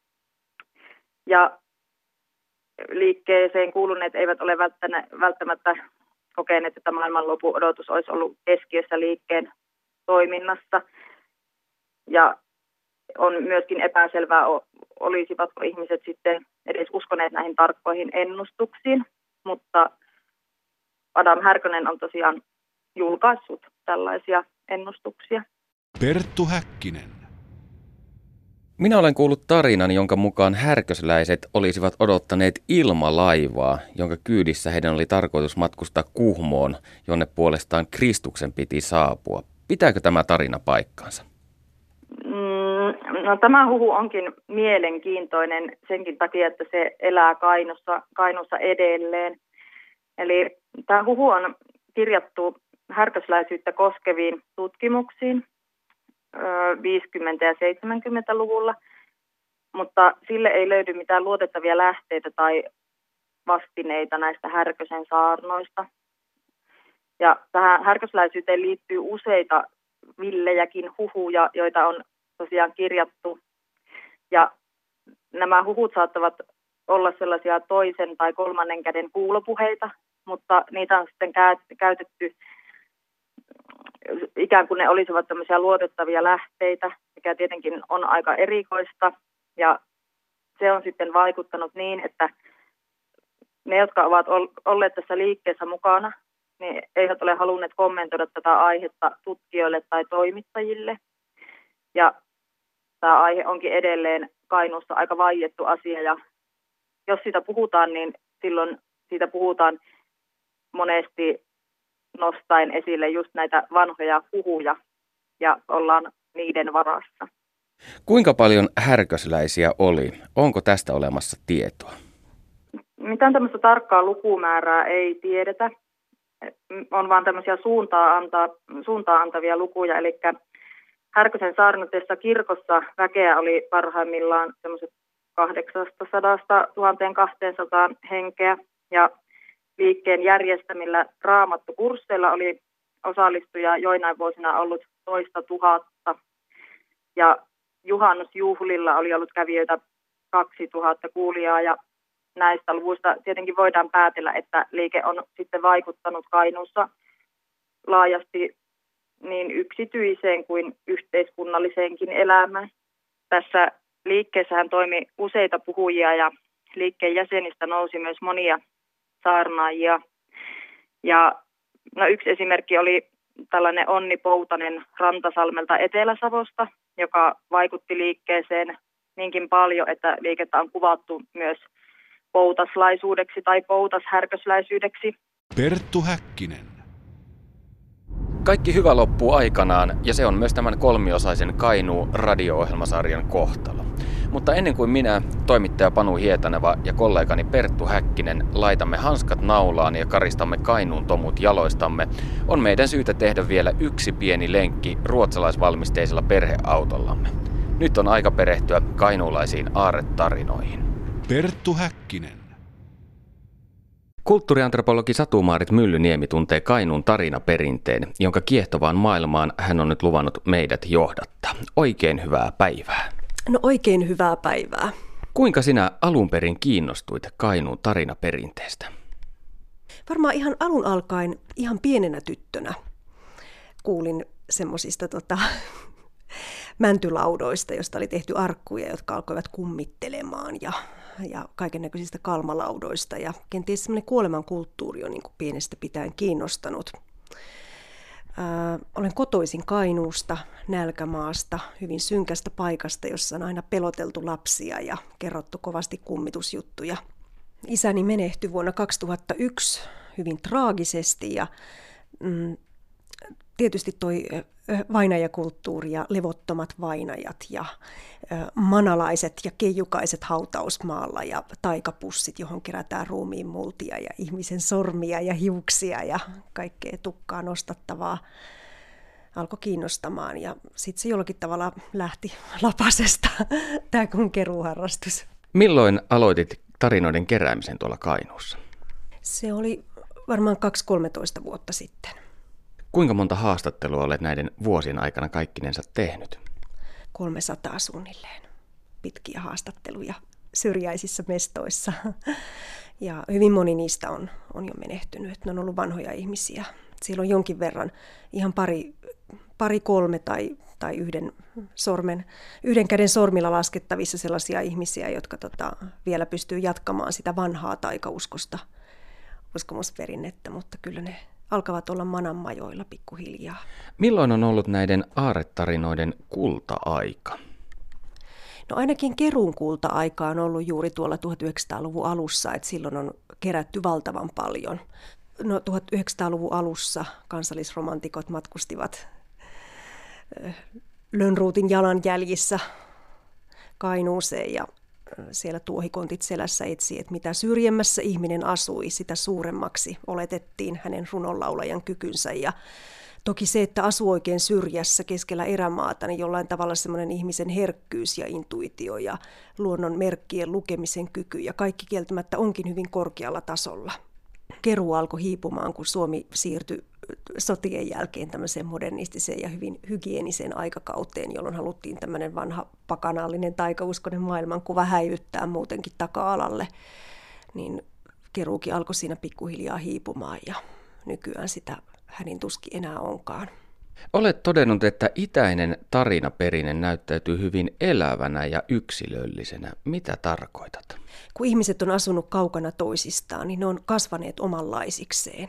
ja liikkeeseen kuuluneet eivät ole välttämättä kokeneet, että maailmanlopun odotus olisi ollut keskiössä liikkeen toiminnassa. Ja on myöskin epäselvää, olisivatko ihmiset sitten edes uskoneet näihin tarkkoihin ennustuksiin, mutta Adam Härkönen on tosiaan julkaissut tällaisia ennustuksia. Perttu Häkkinen. Minä olen kuullut tarinan, jonka mukaan härkösläiset olisivat odottaneet ilmalaivaa, jonka kyydissä heidän oli tarkoitus matkustaa Kuhmoon, jonne puolestaan Kristuksen piti saapua. Pitääkö tämä tarina paikkansa? Mm, no, tämä huhu onkin mielenkiintoinen senkin takia, että se elää Kainussa, Kainussa edelleen. Eli tämä huhu on kirjattu härkösläisyyttä koskeviin tutkimuksiin viisikymmentä- ja seitsemänkymmentäluvulla, mutta sille ei löydy mitään luotettavia lähteitä tai vastineita näistä Härkösen saarnoista. Ja tähän härkösläisyyteen liittyy useita villejäkin huhuja, joita on tosiaan kirjattu. Ja nämä huhut saattavat olla sellaisia toisen tai kolmannen käden kuulopuheita, mutta niitä on sitten käytetty ikään kuin ne olisivat tämmöisiä luotettavia lähteitä, mikä tietenkin on aika erikoista. Ja se on sitten vaikuttanut niin, että ne, jotka ovat olleet tässä liikkeessä mukana, niin eivät ole halunneet kommentoida tätä aihetta tutkijoille tai toimittajille. Ja tämä aihe onkin edelleen Kainuussa aika vaiettu asia, ja jos siitä puhutaan, niin silloin siitä puhutaan monesti nostaen esille just näitä vanhoja huhuja ja ollaan niiden varassa. Kuinka paljon härkösläisiä oli? Onko tästä olemassa tietoa? Mitään tämmöistä tarkkaa lukumäärää ei tiedetä. On vaan tämmöisiä suuntaa, anta, suuntaa antavia lukuja. Eli Härkösen saarnatessa kirkossa väkeä oli parhaimmillaan semmoiset kahdeksansataa tuhatta kaksisataa henkeä. Ja liikkeen järjestämillä raamattukursseilla oli osallistujia joinain vuosina ollut toista tuhatta. Ja juhannusjuhlilla oli ollut kävijöitä kaksituhatta kuulijaa. Ja näistä luvuista tietenkin voidaan päätellä, että liike on sitten vaikuttanut Kainuussa laajasti niin yksityiseen kuin yhteiskunnalliseenkin elämään. Tässä liikkeessähän toimi useita puhujia ja liikkeen jäsenistä nousi myös monia saarnaajia. Ja no, yksi esimerkki oli tällainen Onni Poutanen Rantasalmelta Etelä-Savosta, joka vaikutti liikkeeseen niinkin paljon, että liikettä on kuvattu myös poutaslaisuudeksi tai poutashärkösläisyydeksi. Perttu Häkkinen. Kaikki hyvä loppuu aikanaan, ja se on myös tämän kolmiosaisen Kainuu radio-ohjelmasarjan kohtalo. Mutta ennen kuin minä, toimittaja Panu Hietaneva ja kollegani Perttu Häkkinen laitamme hanskat naulaan ja karistamme Kainuun tomut jaloistamme, on meidän syytä tehdä vielä yksi pieni lenkki ruotsalaisvalmisteisella perheautollamme. Nyt on aika perehtyä kainuulaisiin aarretarinoihin. Perttu Häkkinen. Kulttuuriantropologi Satu-Maarit Myllyniemi tuntee Kainuun tarinaperinteen, jonka kiehtovaan maailmaan hän on nyt luvannut meidät johdattaa. Oikein hyvää päivää. No oikein hyvää päivää. Kuinka sinä alun perin kiinnostuit Kainuun tarinaperinteestä? Varmaan ihan alun alkaen, ihan pienenä tyttönä, kuulin semmoisista tota, mäntylaudoista, joista oli tehty arkkuja, jotka alkoivat kummittelemaan ja, ja kaikennäköisistä kalmalaudoista. Ja kenties semmoinen kuolemankulttuuri on niin kuin pienestä pitäen kiinnostanut. Äh, olen kotoisin Kainuusta, nälkämaasta, hyvin synkästä paikasta, jossa on aina peloteltu lapsia ja kerrottu kovasti kummitusjuttuja. Isäni menehtyi vuonna kaksituhattayksi hyvin traagisesti ja mm, tietysti toi vainajakulttuuri ja levottomat vainajat ja ö, manalaiset ja keijukaiset hautausmaalla ja taikapussit, johon kerätään ruumiin multia ja ihmisen sormia ja hiuksia ja kaikkea tukkaa nostattavaa alkoi kiinnostamaan. Ja sitten se jollakin tavalla lähti lapasesta, tämä kun keruuharrastus. Milloin aloitit tarinoiden keräämisen tuolla Kainuussa? Se oli varmaan kaksi kolmetoista vuotta sitten. Kuinka monta haastattelua olet näiden vuosien aikana kaikkinensa tehnyt? kolmesataa suunnilleen. Pitkiä haastatteluja syrjäisissä mestoissa. Ja hyvin moni niistä on, on jo menehtynyt. Ne on ollut vanhoja ihmisiä. Siellä on jonkin verran ihan pari, pari kolme tai, tai yhden, sormen, yhden käden sormilla laskettavissa sellaisia ihmisiä, jotka tota, vielä pystyy jatkamaan sitä vanhaa taikauskosta uskomusperinnettä, mutta kyllä ne alkavat olla mananmajoilla pikkuhiljaa. Milloin on ollut näiden aarretarinoiden kulta-aika? No ainakin keruun kulta-aika on ollut juuri tuolla tuhatyhdeksänsataaluvun alussa, että silloin on kerätty valtavan paljon. No tuhatyhdeksänsataaluvun alussa kansallisromantikot matkustivat Lönnruutin jalanjäljissä Kainuuseen ja siellä tuohikontit selässä etsi, että mitä syrjemmässä ihminen asui, sitä suuremmaksi oletettiin hänen runonlaulajan kykynsä. Ja toki se, että asuu oikein syrjässä keskellä erämaata, niin jollain tavalla semmoinen ihmisen herkkyys ja intuitio ja luonnon merkkien lukemisen kyky ja kaikki kieltämättä onkin hyvin korkealla tasolla. Keruu alkoi hiipumaan, kun Suomi siirtyi sotien jälkeen tämmöiseen modernistiseen ja hyvin hygieniseen aikakauteen, jolloin haluttiin tämmöinen vanha pakanallinen taikauskoinen maailmankuva häivyttää muutenkin taka-alalle. Niin keruukin alkoi siinä pikkuhiljaa hiipumaan ja nykyään sitä hänin tuskin enää onkaan. Olet todennut, että itäinen tarinaperinne näyttäytyy hyvin elävänä ja yksilöllisenä. Mitä tarkoitat? Kun ihmiset on asunut kaukana toisistaan, niin ne on kasvaneet omanlaisikseen.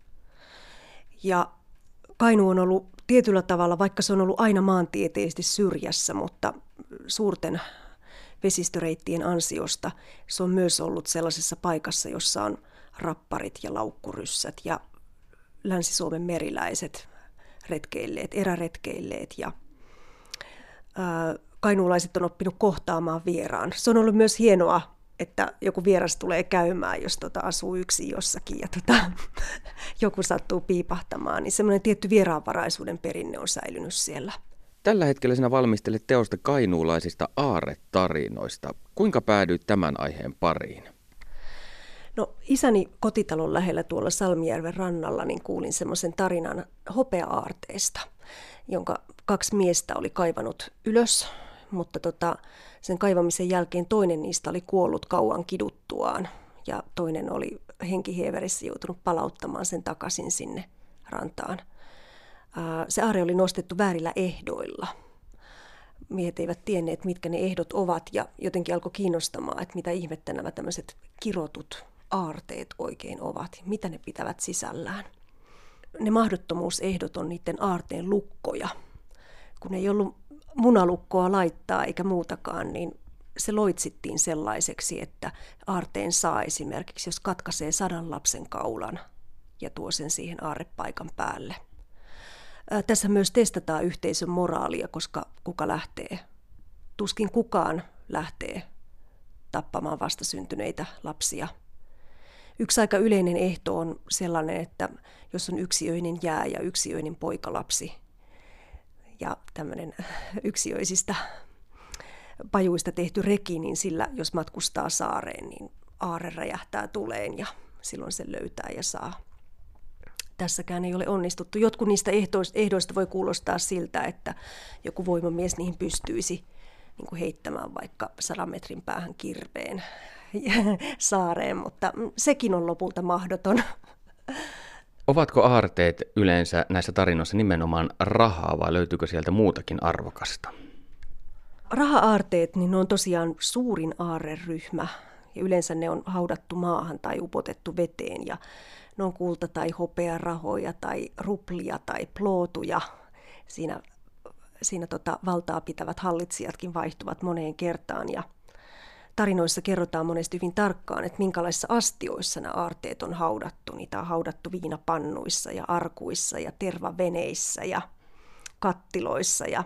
Ja Kainuu on ollut tietyllä tavalla, vaikka se on ollut aina maantieteellisesti syrjässä, mutta suurten vesistöreittien ansiosta se on myös ollut sellaisessa paikassa, jossa on rapparit ja laukkuryssät ja Länsi-Suomen meriläiset retkeilleet, eräretkeilleet ja ää, kainuulaiset on oppinut kohtaamaan vieraan. Se on ollut myös hienoa, että joku vieras tulee käymään, jos tota asuu yksin jossakin ja tota, joku sattuu piipahtamaan, niin semmoinen tietty vieraanvaraisuuden perinne on säilynyt siellä. Tällä hetkellä sinä valmistelet teosta kainuulaisista aarretarinoista. Kuinka päädyit tämän aiheen pariin? No isäni kotitalon lähellä tuolla Salmijärven rannalla niin kuulin semmoisen tarinan hopea-aarteesta, jonka kaksi miestä oli kaivanut ylös, mutta tota, sen kaivamisen jälkeen toinen niistä oli kuollut kauan kiduttuaan ja toinen oli henkihieverissä joutunut palauttamaan sen takaisin sinne rantaan. Se aarre oli nostettu väärillä ehdoilla. Miehet eivät tienneet, mitkä ne ehdot ovat ja jotenkin alkoi kiinnostamaan, että mitä ihmettä nämä tämmöiset kirotut aarteet oikein ovat, mitä ne pitävät sisällään. Ne mahdottomuusehdot on niiden aarteen lukkoja. Kun ei ollut munalukkoa laittaa eikä muutakaan, niin se loitsittiin sellaiseksi, että aarteen saa esimerkiksi, jos katkaisee sadan lapsen kaulan ja tuo sen siihen aarrepaikan päälle. Ää, tässä myös testataan yhteisön moraalia, koska kuka lähtee? Tuskin kukaan lähtee tappamaan vastasyntyneitä lapsia. Yksi aika yleinen ehto on sellainen, että jos on yksiöinen jää ja yksiöinen poikalapsi ja tämmöinen yksiöisistä pajuista tehty reki, niin sillä jos matkustaa saareen, niin aarre räjähtää tuleen ja silloin sen löytää ja saa. Tässäkään ei ole onnistuttu. Jotkut niistä ehdoista voi kuulostaa siltä, että joku voimamies niihin pystyisi niin kuin heittämään vaikka sadan metrin päähän kirveen saareen, mutta sekin on lopulta mahdoton. Ovatko aarteet yleensä näissä tarinoissa nimenomaan rahaa vai löytyykö sieltä muutakin arvokasta? Raha-aarteet, niin ne on tosiaan suurin aarreryhmä ja yleensä ne on haudattu maahan tai upotettu veteen ja ne on kulta- tai hopearahoja tai ruplia tai plootuja. Siinä, siinä tota valtaa pitävät hallitsijatkin vaihtuvat moneen kertaan ja tarinoissa kerrotaan monesti hyvin tarkkaan, että minkälaisissa astioissa nämä aarteet on haudattu. Niitä on haudattu viinapannuissa ja arkuissa ja tervaveneissä ja kattiloissa. Ja,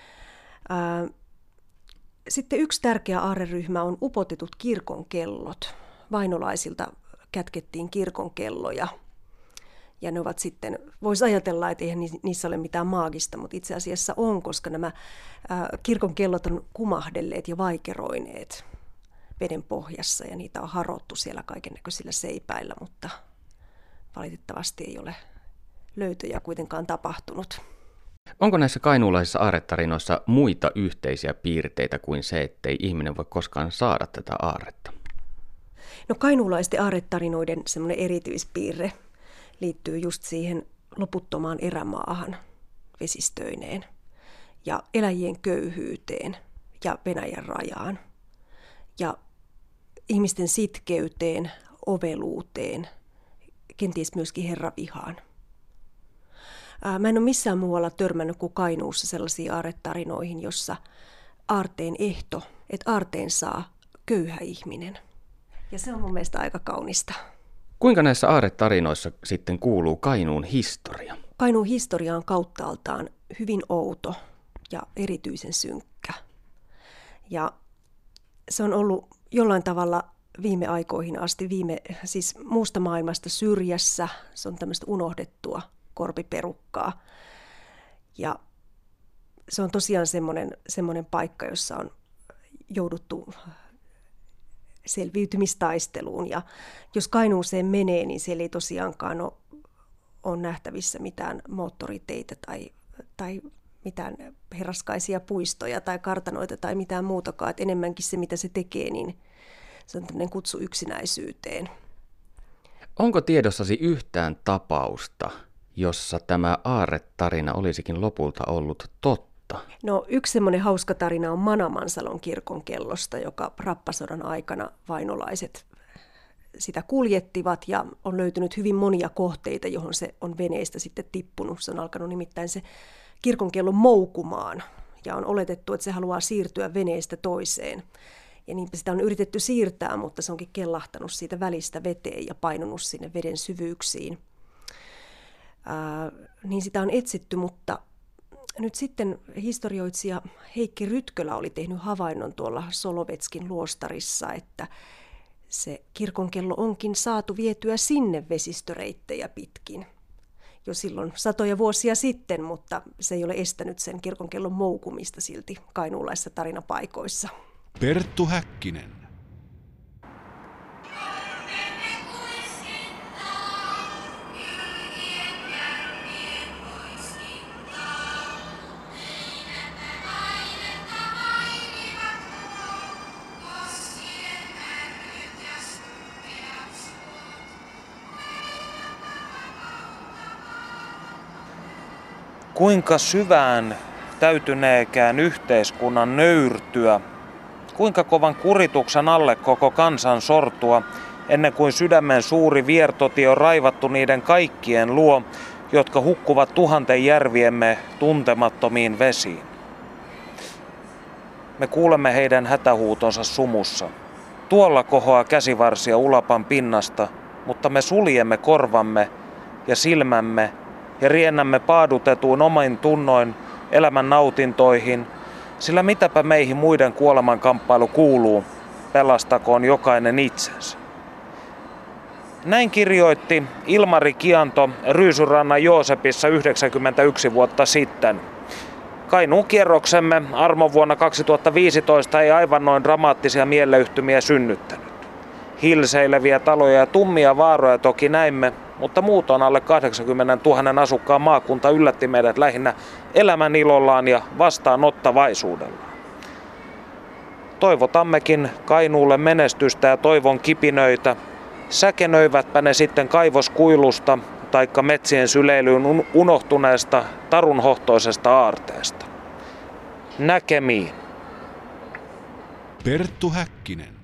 ää, sitten yksi tärkeä aarreryhmä on upotetut kirkonkellot. Vainolaisilta kätkettiin kirkonkelloja. Ja ne ovat sitten, voisi ajatella, että eihän niissä ole mitään maagista, mutta itse asiassa on, koska nämä ää, kirkonkellot on kumahdelleet ja vaikeroineet veden pohjassa ja niitä on harottu siellä kaikennäköisillä seipäillä, mutta valitettavasti ei ole löytöjä kuitenkaan tapahtunut. Onko näissä kainuulaisissa aarretarinoissa muita yhteisiä piirteitä kuin se, ettei ihminen voi koskaan saada tätä aarretta? No kainuulaisten aarretarinoiden semmoinen erityispiirre liittyy just siihen loputtomaan erämaahan vesistöineen ja eläjien köyhyyteen ja Venäjän rajaan ja ihmisten sitkeyteen, oveluuteen, kenties myöskin herravihaan. Mä en ole missään muualla törmännyt kuin Kainuussa sellaisiin aarretarinoihin, jossa aarteen ehto, että aarteen saa köyhä ihminen. Ja se on mun mielestä aika kaunista. Kuinka näissä aarretarinoissa sitten kuuluu Kainuun historia? Kainuun historia on kauttaaltaan hyvin outo ja erityisen synkkä. Ja se on ollut jollain tavalla viime aikoihin asti, viime, siis muusta maailmasta syrjässä. Se on tämmöistä unohdettua korpiperukkaa. Ja se on tosiaan semmoinen, semmoinen paikka, jossa on jouduttu selviytymistaisteluun. Ja jos Kainuuseen menee, niin siellä ei tosiaankaan ole, ole nähtävissä mitään moottoriteitä tai, tai mitään herraskaisia puistoja tai kartanoita tai mitään muutakaan. Et enemmänkin se, mitä se tekee, niin se on tämmöinen kutsu yksinäisyyteen. Onko tiedossasi yhtään tapausta, jossa tämä aarretarina olisikin lopulta ollut totta? No yksi semmoinen hauska tarina on Manamansalon kirkonkellosta, joka rappasodan aikana vainolaiset sitä kuljettivat ja on löytynyt hyvin monia kohteita, johon se on veneestä sitten tippunut. Se on alkanut nimittäin se kirkonkello moukumaan ja on oletettu, että se haluaa siirtyä veneestä toiseen. Ja niinpä sitä on yritetty siirtää, mutta se onkin kellahtanut siitä välistä veteen ja painunut sinne veden syvyyksiin. Ää, niin sitä on etsitty, mutta nyt sitten historioitsija Heikki Rytkölä oli tehnyt havainnon tuolla Solovetskin luostarissa, että se kirkonkello onkin saatu vietyä sinne vesistöreittejä pitkin. Jo silloin satoja vuosia sitten, mutta se ei ole estänyt sen kirkonkellon moukumista silti kainuulaisissa tarinapaikoissa. Perttu Häkkinen. Kuinka syvään täytyneekään yhteiskunnan nöyrtyä, kuinka kovan kurituksen alle koko kansan sortua, ennen kuin sydämen suuri viertotie on raivattu niiden kaikkien luo, jotka hukkuvat tuhanten järviemme tuntemattomiin vesiin. Me kuulemme heidän hätähuutonsa sumussa. Tuolla kohoaa käsivarsia Ulapan pinnasta, mutta me suljemme korvamme ja silmämme ja riennämme paadutetuin omin tunnoin elämän nautintoihin, sillä mitäpä meihin muiden kuolemankamppailu kuuluu, pelastakoon jokainen itsensä. Näin kirjoitti Ilmari Kianto Ryysyrannan Joosepissa yhdeksänkymmentäyksi vuotta sitten. Kainuun kierroksemme armovuonna kaksituhattaviisitoista ei aivan noin dramaattisia mieleyhtymiä synnyttänyt. Hilseileviä taloja ja tummia vaaroja toki näimme, mutta muutoin alle kahdeksankymmentätuhatta asukkaan maakunta yllätti meidät lähinnä elämän ilollaan ja vastaanottavaisuudellaan. Toivotammekin Kainuulle menestystä ja toivon kipinöitä, säkenöivätpä ne sitten kaivoskuilusta taikka metsien syleilyyn unohtuneesta tarunhohtoisesta aarteesta. Näkemiin. Perttu Häkkinen.